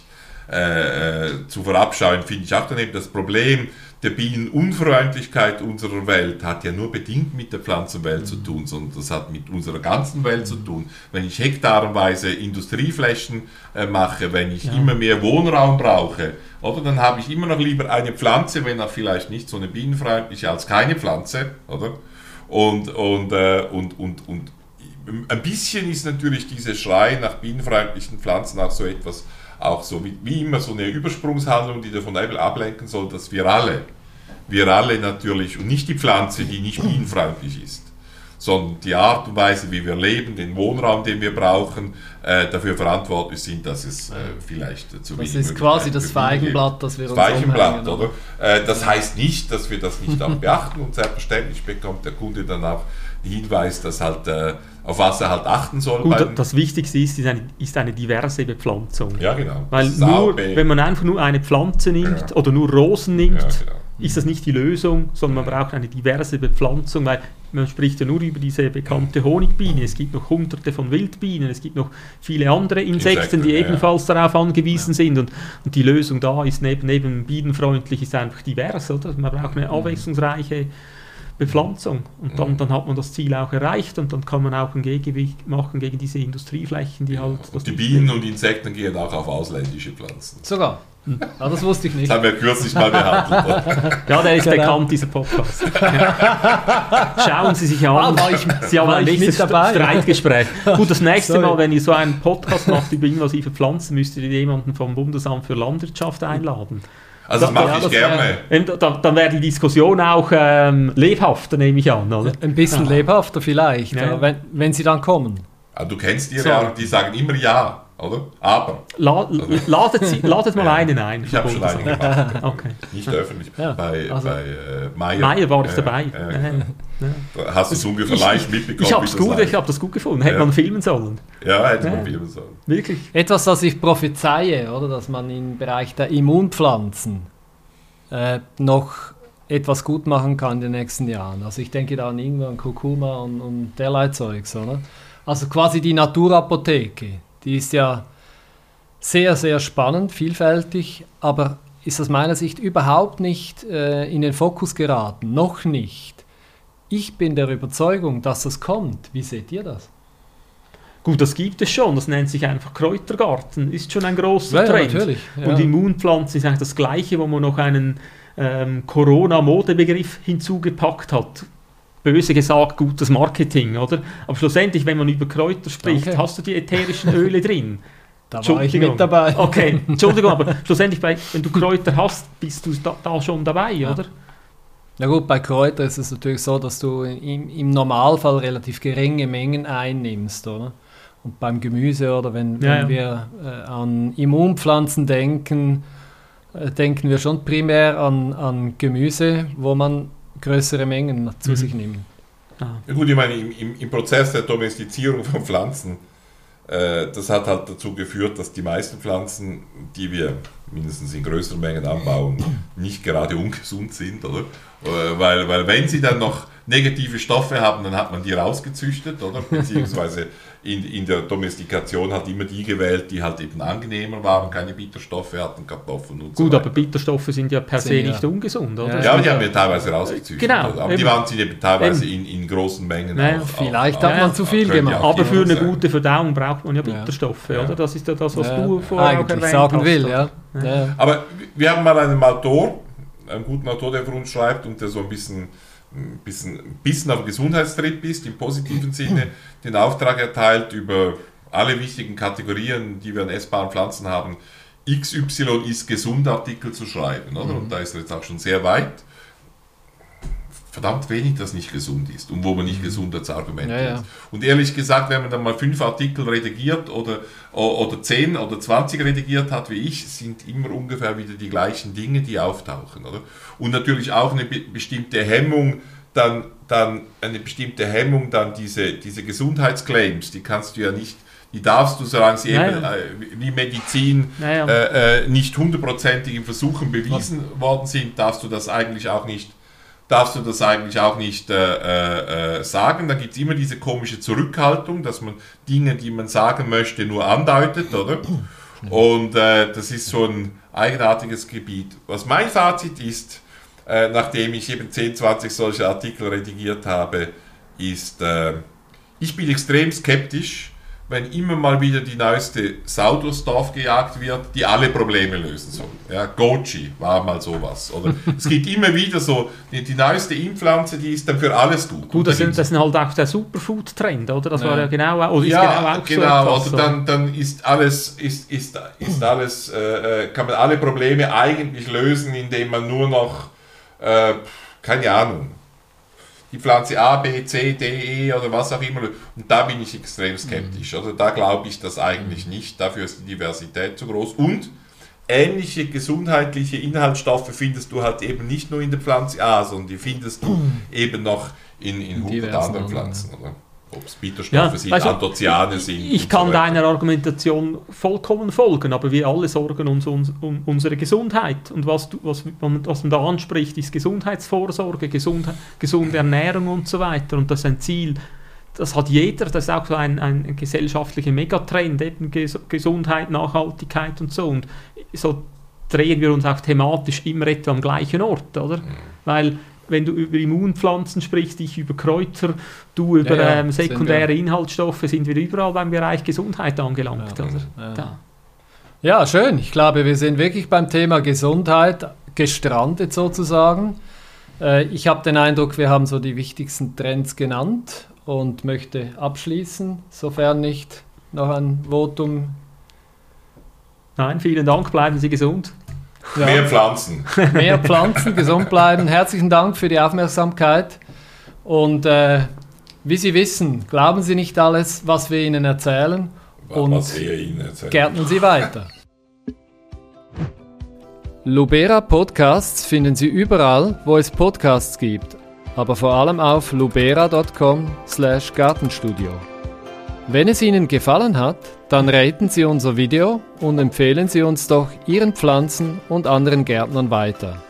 äh, zu verabscheuen, finde ich auch daneben. Das Problem der Bienenunfreundlichkeit unserer Welt hat ja nur bedingt mit der Pflanzenwelt mhm. zu tun, sondern das hat mit unserer ganzen Welt mhm. zu tun. Wenn ich hektarenweise Industrieflächen äh, mache, wenn ich ja. immer mehr Wohnraum brauche, oder, dann habe ich immer noch lieber eine Pflanze, wenn auch vielleicht nicht so eine bienenfreundliche, als keine Pflanze, oder? Und, und, äh, und, und, und ein bisschen ist natürlich dieser Schrei nach bienenfreundlichen Pflanzen auch so etwas, auch so wie, wie immer so eine Übersprungshandlung, die davon ablenken soll, dass wir alle, wir alle natürlich, und nicht die Pflanze, die nicht bienenfreundlich ist, sondern die Art und Weise, wie wir leben, den Wohnraum, den wir brauchen, äh, dafür verantwortlich sind, dass es äh, vielleicht zu wenig Das ist quasi das Feigenblatt, das wir uns Das Feigenblatt, oder? Äh, das heißt nicht, dass wir das nicht auch beachten, und selbstverständlich bekommt der Kunde dann auch den Hinweis, dass halt äh, auf was er halt achten soll. Gut, das Wichtigste ist, ist eine, ist eine diverse Bepflanzung. Ja, genau. Weil nur, wenn man einfach nur eine Pflanze nimmt ja. oder nur Rosen nimmt, ja, genau. ist das nicht die Lösung, sondern man braucht eine diverse Bepflanzung, weil man spricht ja nur über diese bekannte Honigbiene. Es gibt noch hunderte von Wildbienen, es gibt noch viele andere Insekten, Insekten die ja, ebenfalls ja. darauf angewiesen ja. sind. Und, und die Lösung da ist neben, neben bienenfreundlich ist einfach divers. Oder? Man braucht eine abwechslungsreiche Bepflanzung und dann, dann hat man das Ziel auch erreicht und dann kann man auch ein Gegengewicht machen gegen diese Industrieflächen, die halt... Das die Bienen und Insekten gehen auch auf ausländische Pflanzen. Sogar? Ja, das wusste ich nicht. Das haben wir kürzlich mal behandelt. Ja, der ist genau. bekannt, dieser Podcast. Ja. Schauen Sie sich an. Ah, ich, Sie haben ein nächstes Streitgespräch. Gut, das nächste Sorry. Mal, wenn ihr so einen Podcast macht über invasive Pflanzen, müsst ihr jemanden vom Bundesamt für Landwirtschaft einladen. Also das mache ja, ich das gerne. Wär, dann, dann wäre die Diskussion auch ähm, lebhafter, nehme ich an, oder? Ein bisschen ja. lebhafter vielleicht, ja. wenn, wenn sie dann kommen. Aber du kennst die, so. ja, die sagen immer ja, oder? Aber. La, also. ladet, sie, ladet mal ja. einen ein. Ich habe schon einen gemacht. Okay. Nicht öffentlich. Ja. Bei, also. bei äh, Meier. Meier war ich äh, dabei. Äh, äh, ja. Hast du es ungefähr ich, leicht mitbekommen? Ich habe es gut, hab das gut gefunden. Hätte ja. man filmen sollen. Ja, hätte ja. man filmen sollen. Wirklich. Etwas, das ich prophezeie, oder? Dass man im Bereich der Immunpflanzen äh, noch etwas gut machen kann in den nächsten Jahren. Also ich denke da an Ingwer, Kurkuma und, und derlei Zeugs, oder? Also quasi die Naturapotheke, die ist ja sehr, sehr spannend, vielfältig, aber ist aus meiner Sicht überhaupt nicht äh, in den Fokus geraten, noch nicht. Ich bin der Überzeugung, dass das kommt. Wie seht ihr das? Gut, das gibt es schon, das nennt sich einfach Kräutergarten, ist schon ein großer Ja, Trend. ja, natürlich, ja. Und Immunpflanzen ist eigentlich das Gleiche, wo man noch einen ähm, Corona-Modebegriff hinzugepackt hat. Böse gesagt, gutes Marketing, oder? Aber schlussendlich, wenn man über Kräuter spricht, Danke. hast du die ätherischen Öle drin. Da war ich mit dabei. Okay, Entschuldigung, aber schlussendlich, bei, wenn du Kräuter hast, bist du da, da schon dabei, Ja. oder? Na gut, bei Kräutern ist es natürlich so, dass du im, im Normalfall relativ geringe Mengen einnimmst, oder? Und beim Gemüse oder wenn, Ja, wenn ja. wir äh, an Immunpflanzen denken, äh, denken wir schon primär an, an Gemüse, wo man größere Mengen zu Mhm. sich nimmt. Ah. Ja gut, ich meine, im, im, im Prozess der Domestizierung von Pflanzen, äh, das hat halt dazu geführt, dass die meisten Pflanzen, die wir mindestens in größeren Mengen anbauen, nicht gerade ungesund sind, oder? Äh, weil, weil wenn sie dann noch negative Stoffe haben, dann hat man die rausgezüchtet, oder? Beziehungsweise in, in der Domestikation hat immer die gewählt, die halt eben angenehmer waren, keine Bitterstoffe hatten, Kartoffeln und so Gut, weiter. aber Bitterstoffe sind ja per se Sind ja- nicht ungesund, oder? Ja, Ja, aber die haben wir teilweise rausgezüchtet. Genau, oder? Aber die eben. waren sie eben teilweise in, in großen Mengen. Ja, auch- vielleicht auch- hat man auch- zu viel können die gemacht. auch Aber für eine sein. gute Verdauung braucht man ja Ja. Bitterstoffe, Ja. oder? Das ist ja das, was Ja, du vorher auch eigentlich erwähnt sagen hast. will, oder? ja. Ja. Ja. Aber wir haben mal einen Autor, einen guten Autor, der für uns schreibt und der so ein bisschen, ein bisschen, ein bisschen auf Gesundheitstrip ist, im positiven Sinne, den Auftrag erteilt, über alle wichtigen Kategorien, die wir an essbaren Pflanzen haben, X Y ist gesund Artikel zu schreiben. Oder? Und da ist er jetzt auch schon sehr weit. Verdammt wenig, das nicht gesund ist und wo man nicht gesund als Argument Ja, ja. ist. Und ehrlich gesagt, wenn man dann mal fünf Artikel redigiert oder, oder zehn oder zwanzig redigiert hat, wie ich, sind immer ungefähr wieder die gleichen Dinge, die auftauchen. Oder? Und natürlich auch eine be- bestimmte Hemmung, dann, dann eine bestimmte Hemmung, dann diese, diese Gesundheitsclaims, die kannst du ja nicht, die darfst du, solange sie Ja, eben ja. äh, wie Medizin Ja, ja. äh, äh, nicht hundertprozentig in Versuchen bewiesen worden sind, darfst du das eigentlich auch nicht darfst du das eigentlich auch nicht äh, äh, sagen. Da gibt es immer diese komische Zurückhaltung, dass man Dinge, die man sagen möchte, nur andeutet, oder? Und äh, das ist so ein eigenartiges Gebiet. Was mein Fazit ist, äh, nachdem ich eben zehn, zwanzig solche Artikel redigiert habe, ist, äh, ich bin extrem skeptisch, wenn immer mal wieder die neueste Sau durchs Dorf gejagt wird, die alle Probleme lösen soll. Ja, Goji war mal sowas. Oder es gibt immer wieder so, die, die neueste Impfpflanze, die ist dann für alles gut. Gut, das Und da ist, das ist halt auch der Superfood-Trend, oder? Das Ja. war ja genau, oder ist ja, genau auch genau. so etwas, Also dann, dann ist alles, ist, ist, ist alles äh, äh, kann man alle Probleme eigentlich lösen, indem man nur noch, äh, keine Ahnung, die Pflanze A, B, C, D, E oder was auch immer. Und da bin ich extrem skeptisch. Also da glaube ich das eigentlich nicht. Dafür ist die Diversität zu groß. Und ähnliche gesundheitliche Inhaltsstoffe findest du halt eben nicht nur in der Pflanze A, sondern die findest du eben noch in, in hundert diversen anderen anderen, Pflanzen. Oder? Ob es Bitterstoffe Ja, sind, weißt du, Anthocyane sind. Ich und kann so weiter. deiner Argumentation vollkommen folgen, aber wir alle sorgen uns um, um unsere Gesundheit. Und was, du, was, was man da anspricht, ist Gesundheitsvorsorge, Gesund, gesunde Ernährung und so weiter. Und das ist ein Ziel, das hat jeder, das ist auch so ein, ein gesellschaftlicher Megatrend, eben Ges Gesundheit, Nachhaltigkeit und so. Und so drehen wir uns auch thematisch immer etwa am gleichen Ort, oder? Weil wenn du über Immunpflanzen sprichst, ich über Kräuter, du über Ja, ja, ähm, sind sekundäre wir. Inhaltsstoffe, sind wir überall beim Bereich Gesundheit angelangt. Ja, oder? ja. Da. Ja, schön. Ich glaube, wir sind wirklich beim Thema Gesundheit gestrandet sozusagen. Äh, ich habe den Eindruck, wir haben so die wichtigsten Trends genannt und möchte abschließen, sofern nicht noch ein Votum. Nein, vielen Dank, bleiben Sie gesund. Ja, Mehr Pflanzen. mehr Pflanzen, gesund bleiben. Herzlichen Dank für die Aufmerksamkeit. Und äh, wie Sie wissen, glauben Sie nicht alles, was wir Ihnen erzählen. Und was wir Ihnen erzählen. gärtnern Sie weiter. Lubera Podcasts finden Sie überall, wo es Podcasts gibt, aber vor allem auf lubera punkt com slash gartenstudio. Wenn es Ihnen gefallen hat, dann raten Sie unser Video und empfehlen Sie uns doch Ihren Pflanzen und anderen Gärtnern weiter.